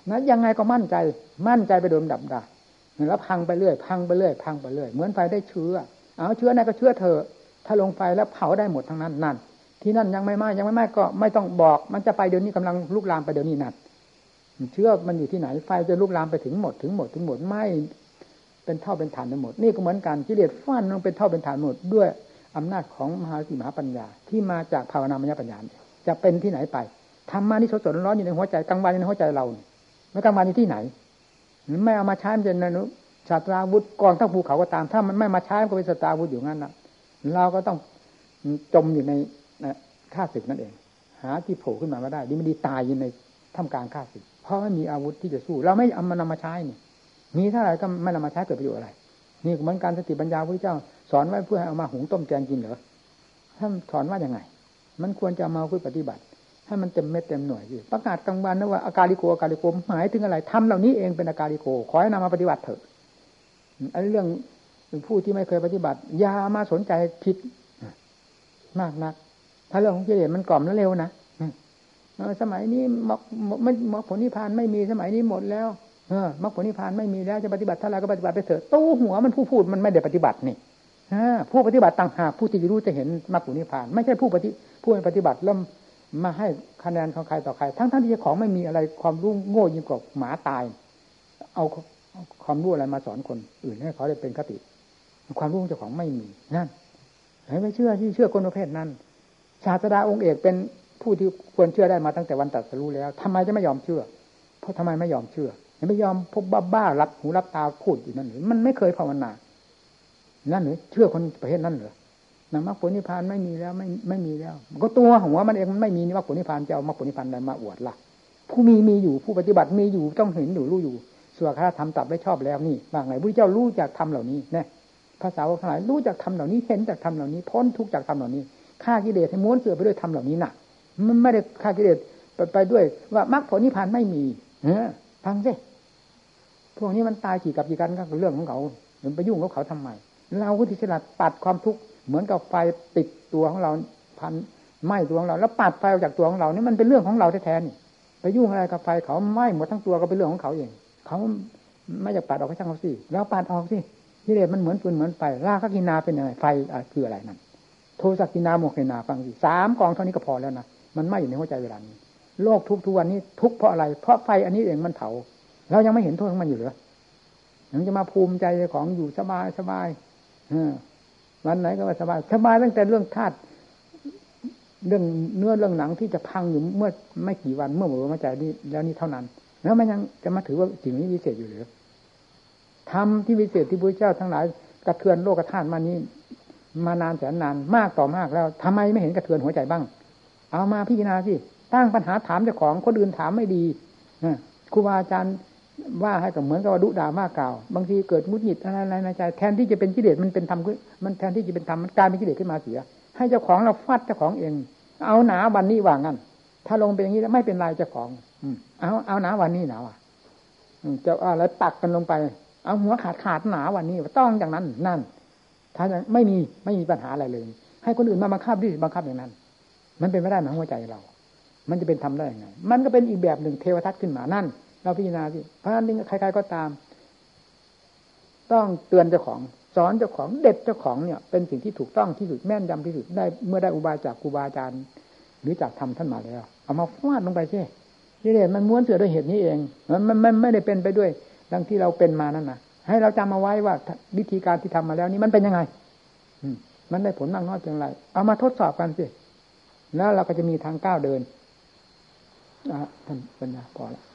นะยังไงก็มั่นใจไปโดยดับได้แล้วพังไปเรื่อยพังไปเรื่อยเหมือนไฟได้เชื้อเอาเชื้อไหนก็เชื้อเถอะถ้าลงไฟแล้วเผาได้หมดทั้งนั้นนั่นที่นั่นยังไม่ไหม้ก็ไม่ต้องบอกมันจะไปเดี๋ยวนี้กำลังลุกลามไปเดี๋ยวนี้นั่นเชื้อมันอยู่ที่ไหนไฟจะลุกลามไปถึงหมดไม่เป็นเท่าเป็นฐานไปหมดนี่ก็เหมือนกันกิเลสฟันลงเป็นเท่าเป็นฐานหมดด้วยอำนาจของมหาสติมหาปัญญาที่มาจากภาวนามยปัญญาจะเป็นที่ไหนไปธรรมะนี่สดๆร้อนอยู่ในหัวใจกลางวันในหัวใจเราไม่กลางวันอยู่ที่ไหนไม่เอามาใช้มันจะนะศาสตราวุธกองทั้งภูเขาก็ตามถ้ามันไม่มาใช้ก็เป็นศาสตราวุธอยู่งั้นนะเราก็ต้องจมอยู่ในข้าศึกนั่นเองหาที่โผล่ขึ้นมาไม่ได้ดีไม่ดีตายอยู่ในท่ามกลางข้าศึกเพราะไม่มีอาวุธที่จะสู้เราไม่เอามันนำมาใช้นี่มีเท่าไหร่ก็ไม่นำมาใช้เกิดประโยชน์อะไรนี่เหมือนการสติปัญญาพระเจ้าสอนไว้เพื่อให้เอามาหุงต้มแกงกินเหรอท่านสอนว่าอย่างไงมันควรจะมาคุยปฏิบัติให้มันเต็มเม็ดเต็มหน่วยสิประกาศกลางวันนะว่าอาการลิโกหมายถึงอะไรทำเหล่านี้เองเป็นอาการลิโกขอให้นำมาปฏิบัติเถอะไอ้เรื่องผู้ที่ไม่เคยปฏิบัติอย่ามาสนใจผิดมากนักถ้าเรื่องของกิเลสมันกล่อมแล้วเร็วนะสมัยนี้มรรคผลนิพพานไม่มีสมัยนี้หมดแล้วมรรคผลนิพพานไม่มีแล้วจะปฏิบัติเท่าไรก็ปฏิบัติไปเถอะตู้หัวมันผู้พูดมันไม่ได้ปฏิบัตินี่ผู้ปฏิบัติต่างหากผู้ที่จะรู้จะเห็นมรรคผลนิพพานไม่ใช่ผู้ปฏิบัติแล้วมาให้คะแนนของใครต่อใครทั้งที่ของไม่มีอะไรความรู้โง่ยิ่งกว่าหมาตายเอาความรู้อะไรมาสอนคนอื่นให้เขาได้เป็นคติความรู้เจ้าของไม่มีนั่นไม่เชื่อคนประเภทนั้นศาสดาองค์เอกเป็นผู้ที่ควรเชื่อได้มาตั้งแต่วันตรัสรู้แล้วทำไมจะไม่ยอมเชื่อเพราะทำไมไม่ยอมเชื่อไม่ยอมพบบ้ารับหูรับตาพูดอยู่นั่นหรือมันไม่เคยภาวนานั่นหรือเชื่อคนประเภทนั้นเหรอนามรรคผลนิพพานไม่มีแล้วไม่มีแล้วก็ตัวหัวมันเองมันไม่มีมรรคผลนิพพานจะเอามรรคผลนิพพานใดมาอวดล่ะผู้มีอยู่ผู้ปฏิบัติมีอยู่ต้องเห็นอยู่รู้อยู่ส่วนข้าทำตับได้ชอบแล้วนี่ว่าไงพระเจ้ารู้จักทำเหล่านี้แน่ภาษาทั้งหลายรู้จักทำเหล่านี้เห็นจากทำเหล่านี้พ้นทุกข์จากทำเหล่านี้ฆ่ากิเลสให้ม้วนเสือไปด้วยทำเหล่านี้น่ะมันไม่ได้ฆ่ากิเลสไปด้วยว่ามรรคผลนิพพานไม่มีฟังสิพวกนี้มันตายกี่กับกี่กันก็เรื่องของเขามันไปยุ่งกับเขาทำไมเราก็ที่ฉลาดปัดความทุกข์เหมือนกับไฟติดตัวของเราพันไหม้ตัวของเราแล้วปัดไฟออกจากตัวของเรานี่มันเป็นเรื่องของเราแท้ๆนี่ไปยุ่งอะไรกับไฟเขาไหม้หมดทั้งตัวก็เป็นเรื่องของเขาเองเขาไม่อยากปัดออกก็ช่างเขาสิแล้วปัดออกสิกิเลสมันเหมือนฟืนเหมือนไฟราคะกินาเป็นอะไรไฟคืออะไรนั่นโทสะกินาโมหะนาฟังสิ3กองเท่านี้ก็พอแล้วนะมันไหม้อยู่ในหัวใจเวลานี้โลกทุกวันนี้ทุกเพราะอะไรเพราะไฟอันนี้เองมันเผาเรายังไม่เห็นโทษของมันอยู่เหรอยังจะมาภูมิใจของอยู่สบายวันไหนก็ว่าสบายตั้งแต่เรื่องธาตุเรื่องเนื้อเรื่องหนังที่จะพังอยู่เมื่อไม่กี่วันเมื่อหมดลมหายใจนี้แล้วนี้เท่านั้นแล้วมันยังจะมาถือว่าสิ่งนี้วิเศษอยู่หรือธรรมที่วิเศษที่พระเจ้าทั้งหลายกระเทือนโลกธาตุมานี้มานานแสนนานมากต่อมากแล้วทำไมไม่เห็นกระเทือนหัวใจบ้างเอามาพิจารณาสิตั้งปัญหาถามเจ้าของคนอื่นถามไม่ดีครูบาอาจารย์ว่าให้กับเหมือนกับว่าดุด่ามากกล่าวบางทีเกิดมุดหงิดอะไรในใจแทนที่จะเป็นกิเลสมันเป็นธรรมมันแทนที่จะเป็นธรรมมันกลายเป็นกิเลสขึ้นมาเสียให้เจ้าของเราฟาดเจ้าของเองเอาหนาวันนี้ว่างั้นถ้าลงเป็นอย่างนี้แล้วไม่เป็นไรเจ้าของเอาหนาวันนี้หนาว่ะจะอะไรปักกันลงไปเอาหัวขาดหนาวันนี้ต้องอย่างนั้นนั่นถ้าไม่มีปัญหาอะไรเลยให้คนอื่นมาบังคับอย่างนั้นมันเป็นไม่ได้หนังหัวใจเรามันจะเป็นธรรมได้ยังไงมันก็เป็นอีกแบบหนึ่งเทวทัศน์ขึ้นมานั่นเราพิจารณาสิเพราะฉะนั้นใครๆก็ตามต้องเตือนเจ้าของสอนเจ้าของเด็ดเจ้าของเนี่ยเป็นสิ่งที่ถูกต้องที่สุดแม่นยำที่สุดได้เมื่อได้อุบายจากครูบาอาจารย์หรือจากธรรมท่านมาแล้วเอามาฟาดลงไปสิกิเลสมันม้วนเสือด้วยเหตุนี้เองมันไม่ได้เป็นไปด้วยดังที่เราเป็นมานั่นนะให้เราจำเอาไว้ว่าวิธีการที่ทำมาแล้วนี่มันเป็นยังไงมันได้ผลมากน้อยเพียงไรเอามาทดสอบกันสิแล้วเราก็จะมีทางก้าวเดินท่านปัญญาพอแล้ว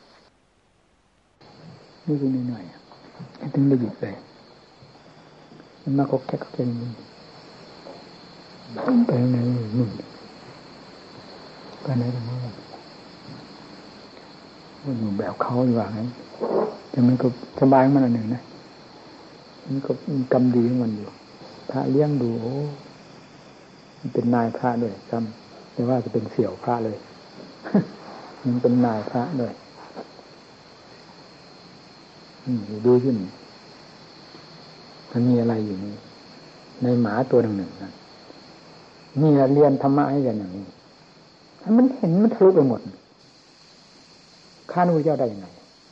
นี่คือหน่อยๆถึงได้หยุดเลยมันมาคบแค่กับเป็นไปไหนนู่นไปไหนกันบ้างว่าอยู่แบบเขาอยู่ว่างั้นแต่มันก็สบายมันอันหนึ่งนะมันก็มีกรรมดีของมันอยู่พระเลี้ยงดูโอ้มันเป็นนายพระด้วยจำไม่ว่าจะเป็นเสี่ยวพระเลยมันเป็นนายพระด้วยดูขึ้นมันมีอะไรอยู่นี่ในหมาตัวหนึ่งนะนี่เรียนธรรมะให้กันอย่างนี้มันเห็นมันทะลุไปหมดข้าพเจ้าได้ยังไง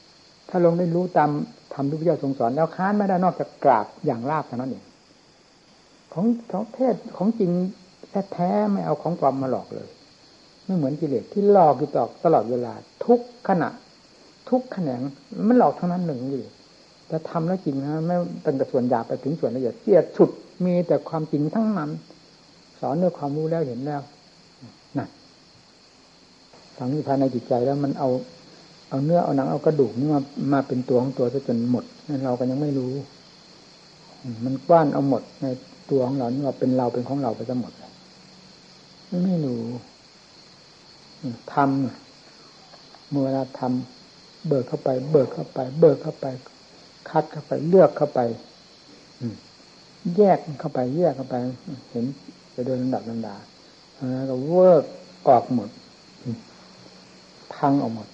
ถ้าลงได้รู้ตามธรรมที่พระเจ้าทรงสอนแล้วค้านไม่ได้นอกจากกราบอย่างราบเท่านั้นเองของเทศของจริงแท้ๆไม่เอาของปลอมมาหลอกเลยไม่เหมือนกิเลสที่หลอกอยู่ตลอดเวลาทุกขณะทุกแขนงมันหลอกทั้งนั้นหนึ่งเลยแต่ทำแล้วจริงนะไม่ตั้งแต่ส่วนหยาบไปถึงส่วนละเอียดเสียดสุดมีแต่ความจริงทั้งนั้นสอนด้วยความรู้แล้วเห็นแล้วนั่นฝังอยู่ภายในจิตใจแล้วมันเอาเนื้อเอาหนังเอากระดูกนี่มาเป็นตัวของตัวซะจนหมดนั่นเราก็ยังไม่รู้มันกว้านเอาหมดในตัวของเรานี่ว่าเป็นเราเป็นของเราไปซะหมดเลยไม่รู้ทำเมื่อเวลาทำเบิกเข้าไปเบิกเข้าไปเบิกเข้าไปคัดเข้าไปเลือกเข้าไปแยกเข้าไปแยกเข้าไปเห็นไปโดยลำดับลำดาแล้วก็เวิร์กออกหมดพังออกหมด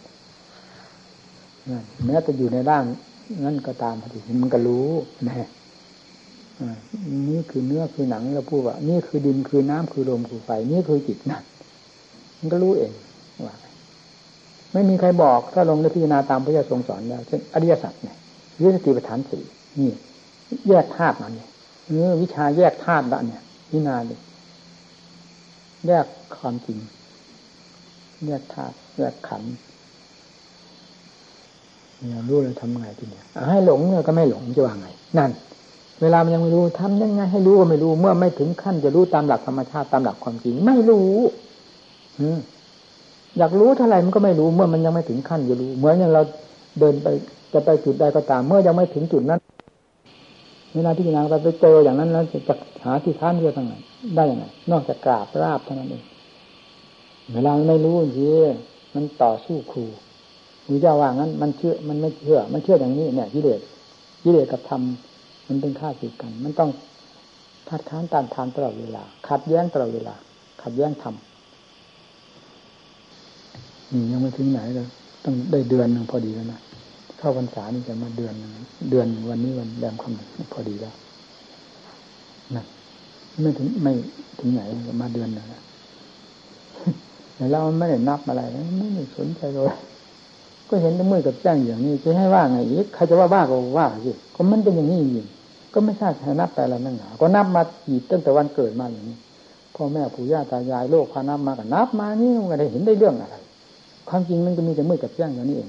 แม้จะอยู่ในร่างนั่นก็ตามพอดีมันก็รู้นะนี่คือเนื้อคือหนังเราพูดว่านี่คือดินคือน้ำคือลมคือไฟนี่คือจิตนั่นมันก็รู้เองว่าไม่มีใครบอกถ้าลงได้พิจารณาตามพระเจ้าทรงสอนแล้วเช่นอริยสัจเนี่ยวิสติปัฏฐานสี่นี่แยกธาตุมันเนี่ยวิชาแยกธาตุละเนี่ยพิจารณาดิแยกความจริงแยกธาตุแยกขันธ์เนี่ยรู้เลยทำไงทีเนี่ยให้หลงเนี่ยก็ไม่หลงจะว่าไงนั่นเวลามันยังไม่รู้ทำยังไงให้รู้ก็ไม่รู้เมื่อไม่ถึงขั้นจะรู้ตามหลักธรรมชาติตามหลักความจริงไม่รู้อยากรู้เท่าไหร่มันก็ไม่รู้เมื่อมันยังไม่ถึงขั้นจะรู้เหมือนอย่างเราเดินไปจะไปจุดใดก็ตามเมื่อยังไม่ถึงจุดนั้นเวลาที่พิจารณาไปเจออย่างนั้นแล้วจะหาที่ค้านเรื่องทางไหนได้ยังไงนอกจากกราบราบเท่านั้นเองเวลาไม่รู้สิมันต่อสู้ครูมีเจ้าว่างั้นมันเชื่อมันไม่เชื่อมันเชื่ออย่างนี้เนี่ยกิเลสกับธรรมมันเป็นข้าศึกกันมันต้องคัดค้านต้านทานตลอดเวลาขัดแย้งตลอดเวลาขัดแย้งธรรมยังไม่ถึงไหนเลยต้องได้เดือนนึงพอดีแล้วนะเข้าพรรษานี่จะมาเดือนวันนี้วันแรมค่ำพอดีแล้วนะไม่ถึงไหนมาเดือนนึงแล้วแต่เราไม่ได้นับอะไรไม่ได้สนใจเลยก็เห็นแต่มือกับแจ้งอย่างนี้จะให้ว่าไงอีกใครจะว่าก็ว่าสิก็มันเป็นอย่างนี้จริงก็ไม่ทราบจะนับไปอะไรนั่งหนาก็นับมากี่ตั้งแต่วันเกิดมาอย่างนี้พ่อแม่ปู่ย่าตายายโลกพานับมาก็นับมานี่มันได้เห็นได้เรื่องอะไรความจริงมันก็มีแต่มือกับแจ้งอย่างนี้เอง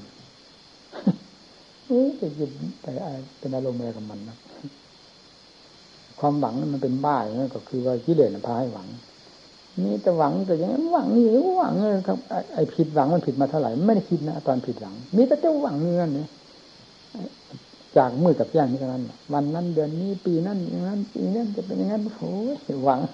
จะหยุดไปเป็นอารมณ์อะไรกับมันนะความหวังมันเป็นบ้าอย่างนั้นก็คือว่ากิเลสพาให้หวังนี่แต่หวังแต่ยังหวังนี่หวังครับไอ้ผิดหวังมันผิดมาเท่าไหร่ไม่ได้คิดนะตอนผิดหวังมีแต่เจ้าหวังเงินเนี่ยจากมือกับแจ้งนี่เท่านั้นวันนั้นเดือนนี้ปีนั้นอย่างนั้นปีนั้นจะเป็นอย่างนั้นโอ้ยหวัง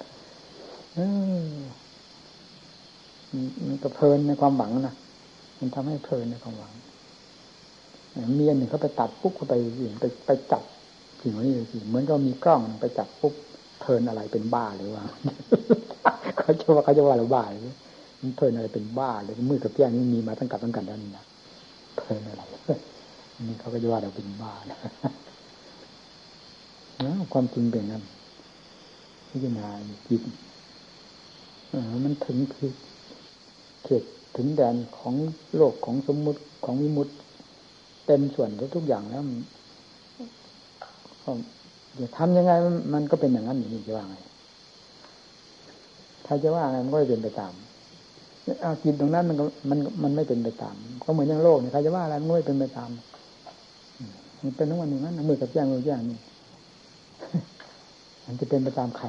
มันก็เพลินในความหวังนะมันทำให้เพลินในความหวังเมียหนึ่งเขาไปตัดปุ๊บเขาไปจับสิ่งนี้สิเหมือนก็มีกล้องไปจับปุ๊บเพลินอะไรเป็นบ้าหรือว่าเขาจะว่าเราบ้าหรือมันเพลินอะไรเป็นบ้าเลยมือกับแก้งนี่มีมาตั้งกันด้านนี้นะเพลินอะไรนี่เขาก็จะว่าเราเป็นบ้านะความจริงเป็นงั้นพิจารณาจิตมันถึงคือเขตถึงแดนของโลกของสมมุติของวิมุตติเต็มส่วนทุกอย่างแล้วจะทำยังไงมันก็เป็นอย่างนั้นอย่างนี้จะว่าไงถ้าจะว่าไงมันก็เป็นไปตามจิตตรงนั้นมันไม่เป็นไปตามก็เหมือนอย่างโลกเนี่ยใครจะว่าอะไรมันไม่เป็นไปตามมันเป็นทั้งวันอย่างนั้นมือกับแจ้งมือแจ้งนี่มันจะเป็นไปตามไข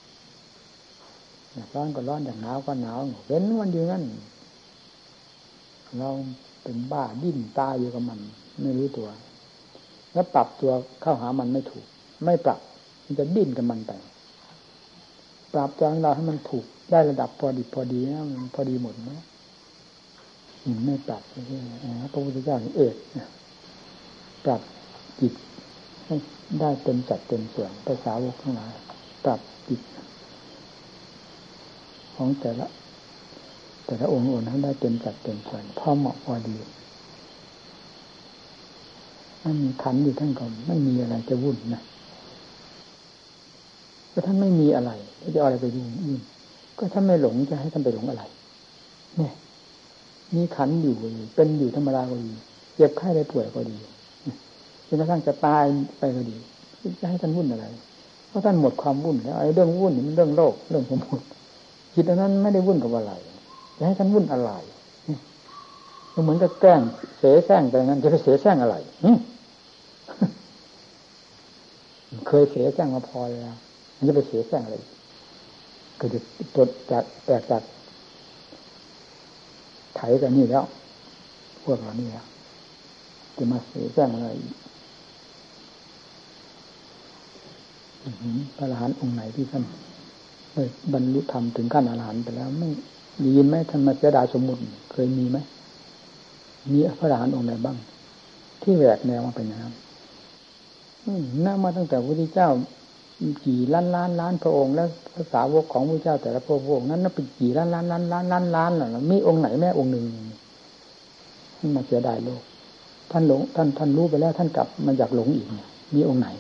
ร้อนก็ร้อนอย่างหนาวก็หนาวเว้นวันอยู่งั้นเราเป็นบ้าดิ้นตายอยู่กับมันไม่รู้ตัวแล้วปรับตัวเข้าหามันไม่ถูกไม่ปรับมันจะดิ้นกับมันไปปรับตัวของเราให้มันถูกได้ระดับพอดีนะมันพอดีหมดนะไม่ปรับพระพุทธเจ้าเอกปรับจิตให้ได้เต็มจัดเต็มส่วนภาษาวกทั้งหลายปรับจิตของแต่ละองค์ให้ได้เต็มจัดเต็มส่วนพอเหมาะพอดีมันมีขันอยู่ท่านก่อนไม่มีอะไรจะวุ่นนะก็ท่านไม่มีอะไรจะเอาอะไรไปยุ่งก็ท่านไม่หลงจะให้ท่านไปหลงอะไรเนี่ยมีขันอยู่เป็นอยู่ธรรมดาก็ดีเจ็บไข้ได้ป่วยก็ดีจนกระทั่งจะตายไปก็ดีจะให้ท่านวุ่นอะไรเพราะท่านหมดความวุ่นแล้วไอ้เรื่องวุ่นนี่มันเรื่องโลกเรื่องสมมติจิตอันนั้นไม่ได้วุ่นกับอะไรจะให้ท่านวุ่นอะไรเหมือนกับแกล้งเสแสร้งแต่งั้นจะไปเสแสร้งอะไรเคยเสแสร้งมาพอแล้วมันจะไปเสแสร้งอะไรก็จะตัวจากแตกจากไถกันนี่แล้วพวกเรานี่แล้วจะมาเสแสร้งอะไรพระอรหันต์องค์ไหนที่ท่านบรรลุธรรมถึงขั้นอรหันต์ไปแล้วไม่มียินไหมท่านมาเสียดายสมมุติเคยมีไหมมีพระอรหันต์องค์ไหนบ้างที่แหวกแนวมาเป็นอย่างนั้นน่ามาตั้งแต่พระพุทธเจ้ากี่ล้านพระองค์แล้วภาษาวกของพระเจ้าแต่ละพระองค์นั้นนับเป็นกี่ล้านหรอมีองค์ไหนแม่องค์หนึ่งท่านมาเสียดายโลกท่านหลงท่านรู้ไปแล้วท่านกลับมาอยากหลงอีกเนี่ยมีองค์ไหน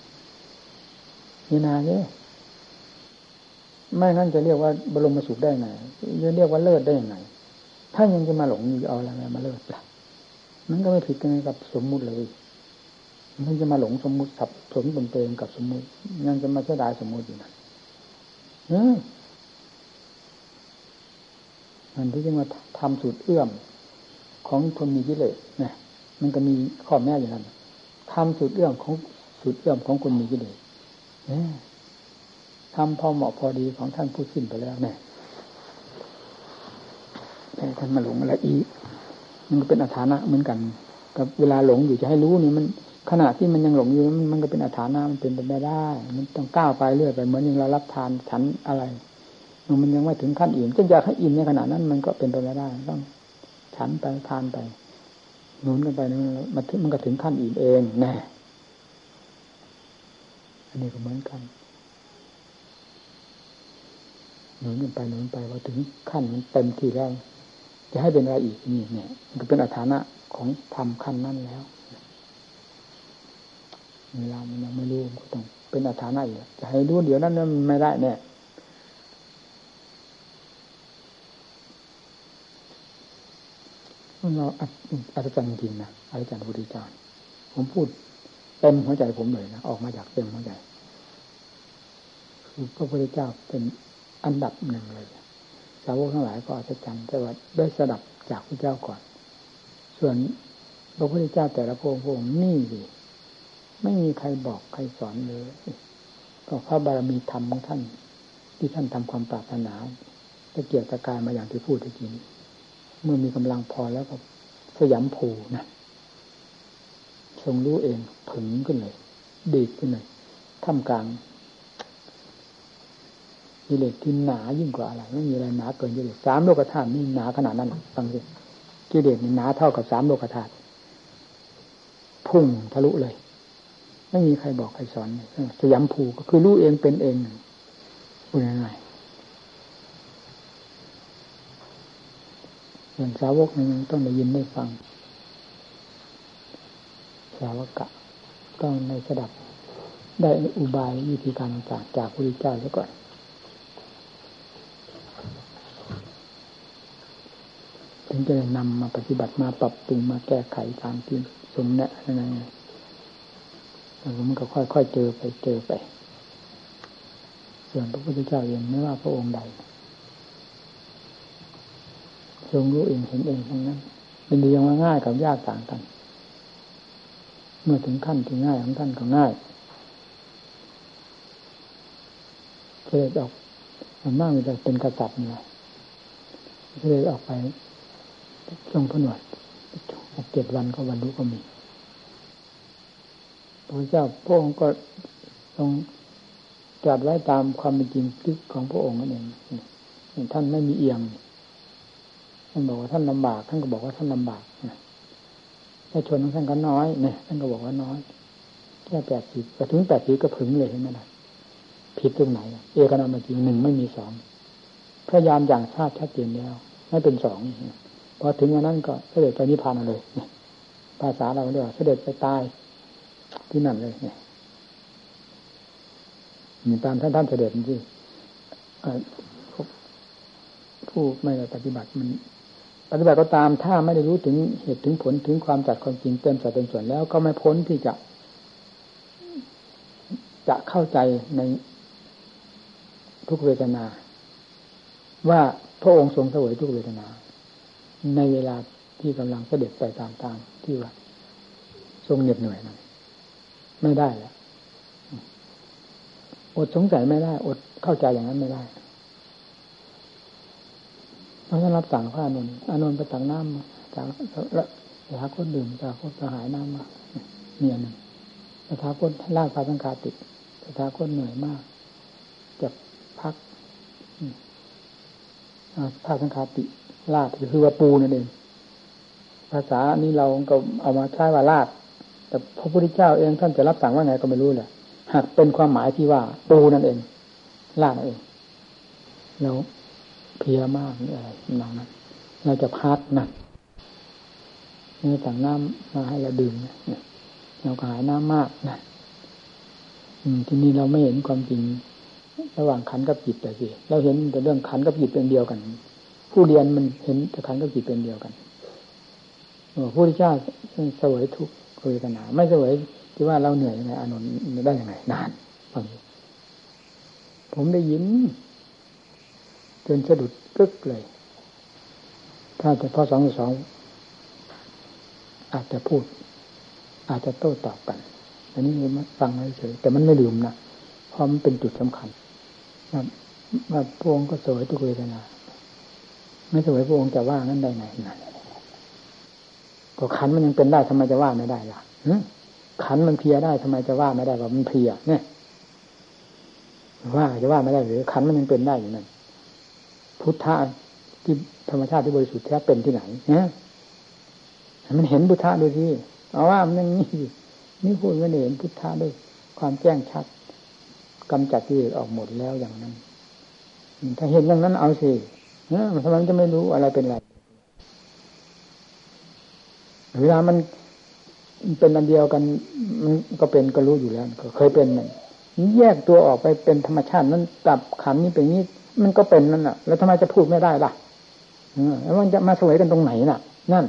นี่นาเนี่ยไม่งั้นจะเรียกว่าบรมสุขได้ไงจะเรียกว่าเลิศได้ยังไงถ้ายังจะมาหลงเอาอะไรมาเลิศล่ะมันก็ไม่ผิดกันกับสมมุติเลยมันจะมาหลงสมมุติสับสนปนเปรกับสมมุติยังจะมาเสียดายสมมุติอยู่นะมันที่จะมาทำสูตรเอื้อมของคนมีกิเลสเนี่ยมันก็มีข้อแม้อย่างนั้นทำสูตรเอื้อมของคนมีกิเลสทำพอเหมาะพอดีของท่านผู้สิ้นไปแล้วเนี่ยแต่ท่านมาหลงอะไรอีกมันก็เป็นอาถรรพ์เหมือนกันกับเวลาหลงอยู่จะให้รู้นี่มันขณะที่มันยังหลงอยู่มันก็เป็นอาถรรพ์มันเป็นไปไม่ได้มันต้องก้าวไปเรื่อยไปเหมือนอย่างเรารับทานฉันอะไรมันยังไม่ถึงขั้นอิ่มจะอยากให้อิ่มในขณะนั้นมันก็เป็นไปไม่ได้ต้องฉันไปทานไปหนุนกันไปมันก็ถึงขั้นอิ่มเองแน่อันนี้ก็เหมือนกันหนุนกันไปพอถึงขั้นมันเต็มที่แล้วจะให้เป็นอะไรอีกนี่เนี่ยมันก็เป็นอาถรรพ์ของธรรมขั้นนั้นแล้วเวลามันยังไม่รู้ก็ต้องเป็นอาถรรพ์อีกจะให้รู้เดี๋ยวนั้นมันไม่ได้แน่เราอัศจรรย์จริงนะอัศจรรย์พุทธิจารย์ผมพูดเต็มหัวใจผมเลยนะออกมาจากเต็มหัวใจคือพระพุทธเจ้าเป็นอันดับหนึ่งเลยสาวกทั้งหลายก็อัศจรรย์แต่ว่าได้สดับจากพระเจ้าก่อนส่วนพระพุทธเจ้าแต่ละพระองค์นี่สิไม่มีใครบอกใครสอนเลยก็พระบารมีธรรมของท่านที่ท่านทำความปรารถนาตะเกียกตะกายมาอย่างที่พูดเมื่อกี้เมื่อมีกำลังพอแล้วก็สยามภูนะทรงรู้เองผึ่งขึ้นเลยดีดขึ้นเลยท่ามกลางกิเลสที่หนายิ่งกว่าอะไรไม่มีอะไรหนาเกินกิเลส3 โลกธาตุนี่หนาขนาดนั้นฟังสิกิเลสนี่หนาเท่ากับ3 โลกธาตุพุ่งทะลุเลยไม่มีใครบอกใครสอนสยามภูก็คือรู้เองเป็นเองพูดง่ายๆส่วนสาวกนึงต้องได้ยินได้ฟังสาวกะต้องในสดับได้อุบายวิธีการต่างๆจากพระพุทธเจ้าแล้วก่อนถึงจะนำมาปฏิบัติมาปรับปรุงมาแก้ไขตามที่ทรงแนะอะไรแล้วมันก็ค่อยๆเจอไปส่วนพระพุทธเจ้าเองไม่ว่าพระองค์ใดทรงรู้เองเห็นเองทั้งนั้นเป็นเรื่องง่ายกับยากต่างกันเมื่อถึงขั้นที่ง่ายของท่านก็ง่ายเสด็จออกมันมากมันจะเป็นกษัตริย์เนี่ยเสด็จออกไปทรงผนวด6-7 วันก็บรรลุก็มีพระเจ้าพระองค์ก็ทรงตรัสไว้ตามความเป็นจริงของพระองค์นั่นเองท่านไม่มีเอียงท่านบอกว่าท่านลำบากท่านก็บอกว่าท่านลำบากถ้าชนของท่านก็น้อยเนี่ยท่านก็บอกว่าน้อยแค่80แต่ถึง80ก็ผึ่งเลยใช่ไหมล่ะผิดตรงไหนเอกนามจริง1ไม่มี2พยายามอย่างทราบชัดเจนแล้วไม่เป็น2พอถึงวันนั้นก็เสด็จไปนิพพานเลยภาษาเราเรียกว่าเสด็จไปตายที่นั่นเลยเนี่ยมีตามท่านเสด็จที่ผู้ไม่ได้ปฏิบัติมันปฏิบัติก็ตามถ้าไม่ได้รู้ถึงเหตุถึงผลถึงความจัดความจริงเต็มสัดเต็มส่วนแล้วก็ไม่พ้นที่จะเข้าใจในทุกเวทนาว่าพระองค์ทรงเสวยทุกเวทนาในเวลาที่กำลังเสด็จไปตามที่ว่าทรงเหน็ดเหนื่อยนั้นไม่ได้แล้วอดสงสัยไม่ได้อดเข้าใจอย่างนั้นไม่ได้เพราะฉะนั้นรับสั่งพระอานนท์ไปตักน้ำมาจากแล้วสถาคตดื่มจากคตกระหายน้ำมาเนี่ยหนึ่งสถาคตลากพาสังฆาติสถาคตเหนื่อยมากจะพักพาสังฆาติลาดคือว่าปูนั่นเองภาษานี้เราก็เอามาใช้ว่าลาดแต่พระพุทธเจ้าเองท่านจะรับสั่งว่าไงก็ไม่รู้แหละหากเป็นความหมายที่ว่าปูนั่นเองลาดนั่นเองเราเพลียมากนี่อะไรนั้นเราจะพักนะนี่สั่งน้ำมาให้เราดื่มเนี่ยเราก็หายน้ำมากนะทีนี้เราไม่เห็นความจริงระหว่างขันธ์กับจิตแต่สิเราเห็นแต่เรื่องขันธ์กับจิตเป็นเดียวกันผู้เรียนมันเห็นแต่ขันธ์กับจิตเป็นเดียวกันพระพุทธเจ้าเสวยทุกข์เวทนาไม่เสวยที่ว่าเราเหนื่อยยังไงอานนท์ได้ยังไงนานฟังผมได้ยินจนสะดุดกึกเลยถ้าแต่พอ2 ต่อ 2อาจจะพูดอาจจะโต้ตอบกันอันนี้มันฟังเฉยแต่มันไม่ลืมนะเพราะมันเป็นจุดสำคัญว่าพระองค์ก็เสวยทุกเวทนาไม่เสวยพระองค์จะว่านั้นได้ไงนั่นก็ขันมันยังเป็นได้ทำไมจะว่าไม่ได้ล่ะขันมันเพลียได้ทำไมจะว่าไม่ได้ว่ามันเพลียเนี่ยว่าจะว่าไม่ได้หรือขันมันยังเป็นได้อยู่นั่นพุทธะที่ธรรมชาติที่บริสุทธิ์แท้เป็นที่ไหนเนี่ยมันเห็นพุทธะดูสิเอาว่ามันอย่างนี้นี่พูดไม่เห็นพุทธะด้วยความแจ้งชัดกำจัดกิเลสออกหมดแล้วอย่างนั้นถ้าเห็นอย่างนั้นเอาสิทำไมมันจะไม่รู้อะไรเป็นอะไรเวลามันเป็นอันเดียวกันมันก็เป็นก็รู้อยู่แล้วก็เคยเป็นมันแยกตัวออกไปเป็นธรรมชาตินั้นกับขันนี้เป็นนี้มันก็เป็นนั่นแหละแล้วทำไมจะพูดไม่ได้ล่ะแล้วมันจะมาสวยกันตรงไหนน่ะนั่น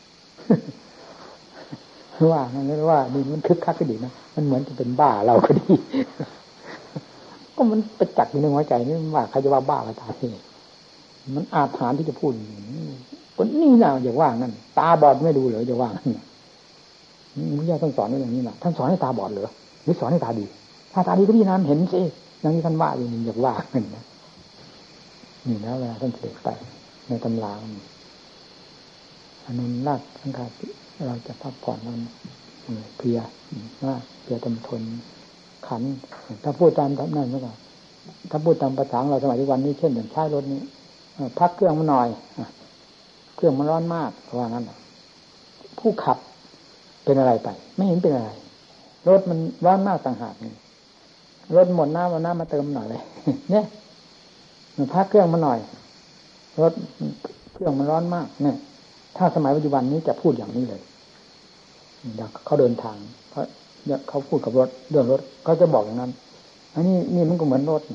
ว่านั่นว่าดีมันคึกคักก็ดีนะมันเหมือนจะเป็นบ้าเราก็ดีก็มันไปจัดอยู่ในหัวใจนี่ว่าใครจะว่าบ้าก็ตายมันอาถรรพ์ที่จะพูดคนนี่นะอย่าว่างั้นตาบอดไม่ดูเหรออย่าว่างั้นพระเจ้าท่านสอนไว้อย่างนี้นะท่านสอนให้ตาบอดเหรอหรือสอนให้ตาดีถ้าตาดีก็พี่นั้นเห็นสิอย่างที่ท่านว่าอยู่นี่อย่าว่างั้นนะนี่นะเวลาท่านเสด็จไปในตำราอนุราชสังฆาติเราจะพักผ่อนนั้นเพลียว่าเพลียทนขันถ้าพูดตามนั่นก็ถ้าพูดตามภาษาเราสมัยทุกวันนี้เช่นอย่างใช้รถนี้พักเครื่องมาหน่อยเครื่องมันร้อนมากเพราะว่างั้นผู้ขับเป็นอะไรไปไม่เห็นเป็นอะไรรถมันร้อนมากต่างหากนี่รถหมดน้ำเอาน้ำมาเติมหน่อยเลยเนี่ยมันพักเครื่องมาหน่อยรถเครื่องมันร้อนมากเนี่ยถ้าสมัยปัจจุบันนี้จะพูดอย่างนี้เลยเขาเดินทางเขาพูดกับรถเรื่องรถเขาจะบอกอย่างนั้นอันนี้นี่มันก็เหมือนรถ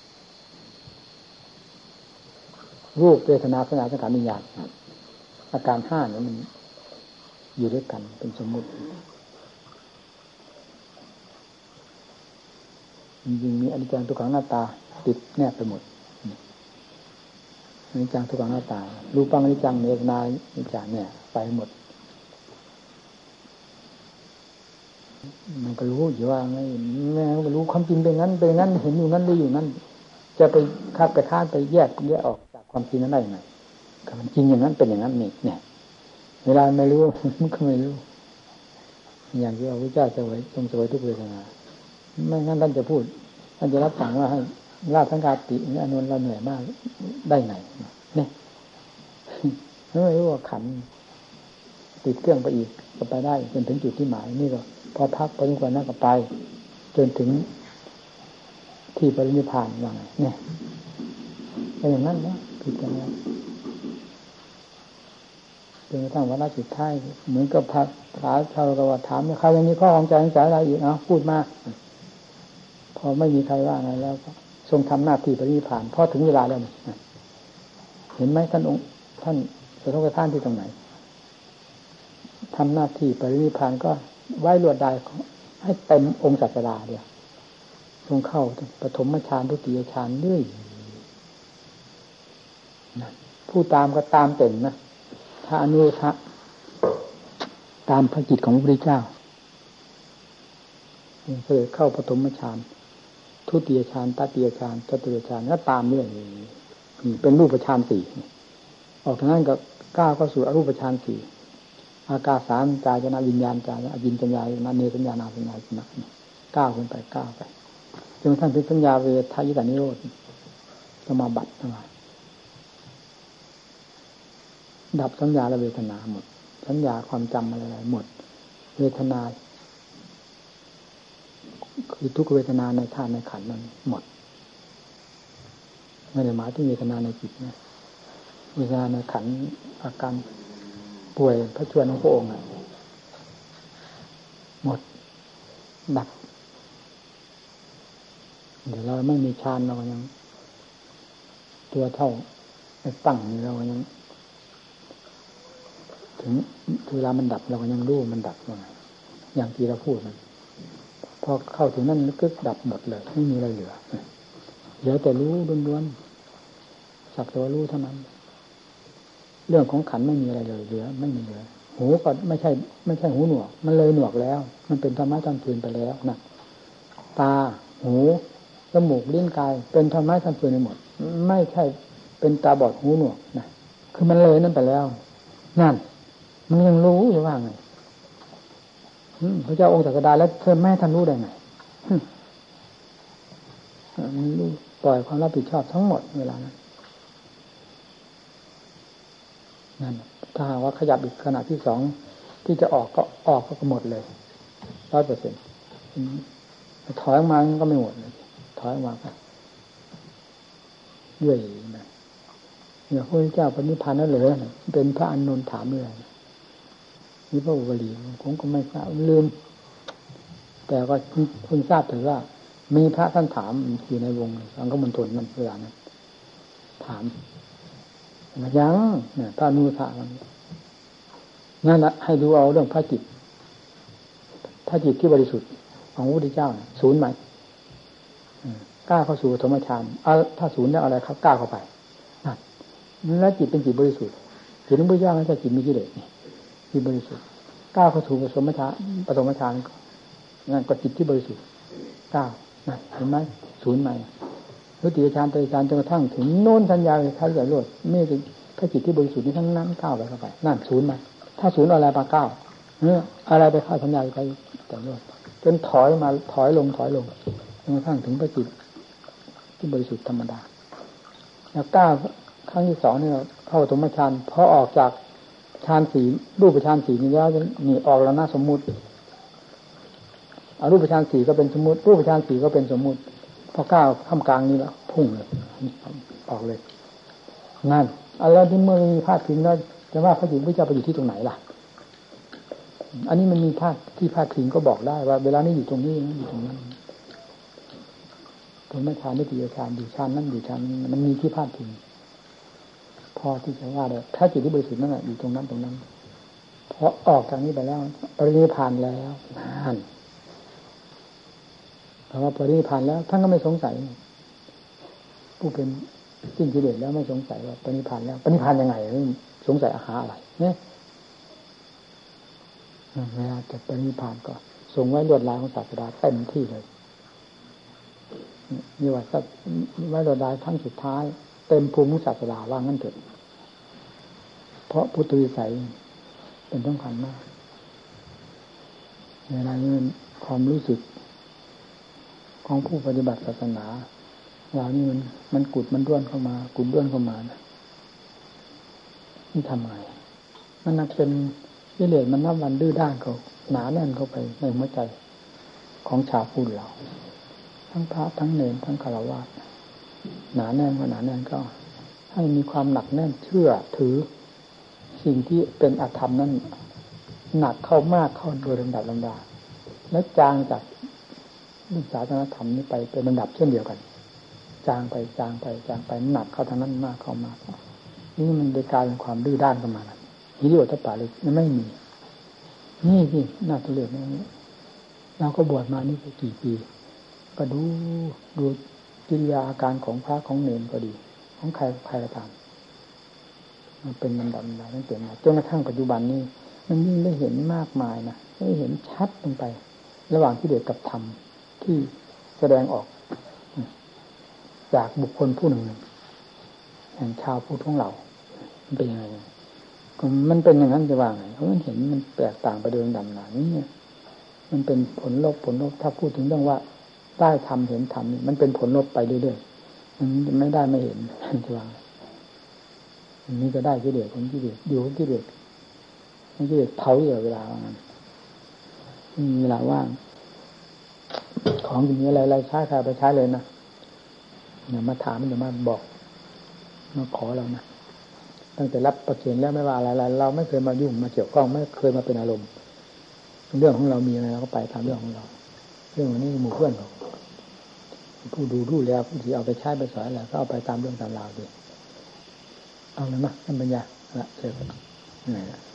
รูปเวทนาสัญญาสังขารวิญญาณอาการ5เนี่ยมันอยู่ด้วยกันเป็นสมมุติจริงๆมีอนิจจังทุกขังอนัตตาติดแนบไปหมดอนิจจังทุกขังอนัตตารูปังอนิจจังเวทนาอนิจจังเนี่ยไปหมดมันก็รู้อยู่ว่าไงแม่ก็รู้ความจริงเป็นงั้นเป็นงั้นเห็นอยู่งั้นรู้อยู่งั้นจะไปคาดกระทานไปแยกออกจากความจริงนั้นได้ยังไงก็มันจริงอย่างนั้นเป็นอย่างนั้นนี่เนี่ยเวลาไม่รู้มันก็ไม่รู้อย่างที่พระพุทธเจ้าจะไว้ทรงทุกเวทนาไม่งั้นท่านจะพูดท่านจะรับสั่งว่าให้ราชสังฆาติอานนท์เราเหนื่อยมากได้ไงเนี่ยไม่รู้ว่าขันติดเครื่องไปอีกก็ไปได้จนถึงจุดที่หมายนี่ก็พอพักพอถึงกว่านั้นก็ไปจนถึงที่ปรินิพพานว่าไงเนี่ยเป็นอย่างนั้นนะผิดกันแล้วจนกระทั่งวาระสุดท้ายเหมือนกับพระชาวกวาถามใครยังมีข้อของใจสงสัยอะไรอีกพูดมาพอไม่มีใครว่าอะไรแล้วก็ทรงทำหน้าที่ปรินิพพานพอถึงเวลาแล้วเห็นไหมท่านองค์ท่านสะทกสะท้านที่ตรงไหนทำหน้าที่ปรินิพพานก็ไว้ลวดได้ให้เต็มองค์ศาสดาเดียวลงเข้าปฐมฌานทุติยฌานเรื่อยผู้ตามก็ตามเต็มนะถ้าอนุทะตามพระกิจของพระพุทธเจ้าเสด็จเข้าปฐมฌานทุติยฌานตติยฌานจตุตฌานก็ตามเรื่อยเป็นรูปฌานสี่ออกทางนั้นก็ก้าวเข้าสู่อรูปฌานสี่อากาสามกายนาวิญญาณจายวิญญาณนาเนสัญญานาสัญญาสนะก้าวขึ้นไปก้าวไปจนท่านถึงสัญญาเวทายตานิโรธสมาบัติทั้งหลายดับสัญญาและเวทนาหมดสัญญาความจำอะไรหมดเวทนาคือทุกเวทนาในธาตุในขันธ์นั้นหมดไม่ได้หมายถึงเวทนาในจิตนะเวทนาในขันธ์อาการป่วยพระชวนของพระองค์หมดดับเดี๋ยวเราไม่มีฌานเรายังตัวเท่าไอ้ตั้งนี่เรายังถึงเวลามันดับเราก็ยังรู้มันดับอย่างที่เราพูดมันพอเข้าถึงนั่นก็ดับหมดเลยไม่มีอะไรเหลือเหลือแต่รู้ล้วนๆสักแต่ว่ารู้เท่านั้นเรื่องของขันไม่มีอะไรเลยเหลือไม่มีเหลือหูก็ไม่ใช่หูหนวกมันเลยหนวกแล้วมันเป็นธรรมะจำเพลินไปแล้วนะตาหูจมูกลิ้นกายเป็นธรรมะจำเพลินไปหมดไม่ใช่เป็นตาบอดหูหนวกนะคือมันเลยนั่นไปแล้วนั่นมันยังรู้อยู่ว่าไงพระเจ้าองค์ศาสดาแล้วเธอแม่ท่านรู้ได้ไงมันรู้ปล่อยความรับผิดชอบทั้งหมดเวลานั้นนั่นถ้าหากว่าขยับอีกขณะที่สองที่จะออกก็หมดเลย 100%ถอยออกมาก็ไม่หมดเลยถอยออกมาก็เรื่อยนะเนี่ยพระพุทธเจ้าปณิพพานแล้วเหรอเป็นพระอานนท์ถามเลยนี่พระอุบลีผมก็ไม่ทราบลืมแต่ก็คุณทราบถือว่ามีพระท่านถามอยู่ในวงสังฆมณฑลนั่นเวลานั้นถามยังเนี่ยพระอนุทะนั่นแหละให้ดูเอาเรื่องพระจิตที่บริสุทธิ์ของพระพุทธเจ้าศูนย์ไหมกล้าเข้าสู่ปฐมฌานถ้าศูนย์แล้วอะไรครับกล้าเข้าไปนั่นแล้วจิตเป็นจิตบริสุทธิ์จิตของพระพุทธเจ้าไม่ใช่จิตมีกิเลสนี่จิตบริสุทธิ์กล้าเข้าสู่ปฐมฌานนั่นก็จิตที่บริสุทธิ์กล้าเห็นไหมศูนย์ไหมทุติยฌานตติยฌานจนกระทั่งถึงโน้นสัญญาเลยท้ายใหญ่โลดไม่ถึงพระจิตที่บริสุทธิ์นี้ทั้งนั้นก้าวไปเข้าไปนั่นศูนย์ไหมถ้าศูนย์อะไรมาก้าวอะไรไปเข้าสัญญาไปแต่โลดจนถอยลงจนกระทั่งถึงพระจิตที่บริสุทธิ์ธรรมดาแล้วก้าวครั้งที่สองนี่เข้าปฐมฌานพอออกจากฌานสี่รูปฌานสี่นี่แล้วนี่ออกแล้วนะสมมุติรูปฌานสี่ก็เป็นสมมุติรูปฌานสี่ก็เป็นสมมุติพอก้าวท่ามกลางนี้แล้วพุ่งเลยออกเลยนั่นแล้วที่เมื่อมีพาดพิงแล้วจะว่าพระจิตพระเจ้าไปอยู่ที่ตรงไหนล่ะอันนี้มันมีพาดพิงก็บอกได้ว่าเวลานี้อยู่ตรงนี้อยู่ตรงนั้นตรงนั้นฌานนิติฌานอยู่ฌานนั้นอยู่ฌานมันมีที่พาดพิงพอที่จะว่าได้ถ้าจิตที่บริสุทธิ์นั่นแหละอยู่ตรงนั้นพอออกจากนี้ไปแล้วปรินิพพานแล้วนั่นเพราะว่าปรินิพพานแล้วท่านก็ไม่สงสัยผู้เป็นสิ้นกิเลสแล้วไม่สงสัยว่าปรินิพพานแล้วปรินิพพานยังไงสงสัยอาหาอะไรเนี่ยเวลาจะปรินิพพานก็ทรงไว้ลวดลายของศาสดาเต็มที่เลยนี่ว่าไว้ลวดลายทั้งสุดท้ายเต็มภูมิของศาสดาว่างั้นเถิดเพราะพุทธวิสัยเป็นสำคัญมากเวลานี้ความรู้สึกของผู้ปฏิบัติศาสนาเรานี่มันกุดมันด้วนเข้ามานะนี่ทำไงมันนักเป็นกิเลสมันนับวันดื้อด้านเขาหนาแน่นเข้าไปในหัวใจของชาวพุทธเราทั้งพระทั้งเณรทั้งฆราวาสหนาแน่นก็ให้มีความหนักแน่นเชื่อถือสิ่งที่เป็นอธรรมนั้นหนักเข้ามากเข้าโดยลำดับและจางจากศาสนธรรมนี้ไปเป็นลำดับเช่นเดียวกันจางไปหนักเข้าทางนั้นมากเข้านี่มันได้กลายเป็นความดื้อด้านขึ้นมาฮิริโอตปะเลยมันไม่มีนี่สิน่าทุเรศนี่เราก็บวชมานี่กี่ปีก็ดูกิริยาอาการของพระของเนรก็ดีของใครก็ตามมันเป็นลำดับตั้งแต่มาจนกระทั่งปัจจุบันนี้มันยิ่งได้เห็นมากมายนะได้เห็นชัดลงไประหว่างกิเลสกับธรรมที่แสดงออกจากบุคคลผู้หนึ่งแห่งชาวพุทธของเรามันเป็นยังไงมันเป็นอย่างนั้นจะว่าไงเพราะมันเห็นมันแตกต่างไปโดยลำดับนี้มันเป็นผลลบถ้าพูดถึงเรื่องว่าได้ทำเห็นทำนี่มันเป็นผลลบไปเรื่อยๆมันไม่ได้ไม่เห็นจะว่าอันนี้ก็ได้กิเลสของกิเลสอยู่ของกิเลสกิเลสเผาอยู่เวลาว่างั้นเวลาว่างของอย่างนี้อะไรใช้ใครไปใช้เลยนะอย่ามาถามอย่ามาบอกมาขอเรานะตั้งแต่รับประเคนแล้วไม่ว่าอะไรเราไม่เคยมายุ่งมาเกี่ยวข้องไม่เคยมาเป็นอารมณ์เรื่องของเรามีอะไรเราก็ไปตามเรื่องของเราเรื่องนี้หมู่เพื่อนเราผู้ดูแล้วผู้ที่เอาไปใช้ไปสอนอะไรก็เอาไปตามเรื่องตามราวดีเอาเลยนะท่านปัญญาละเสร็จ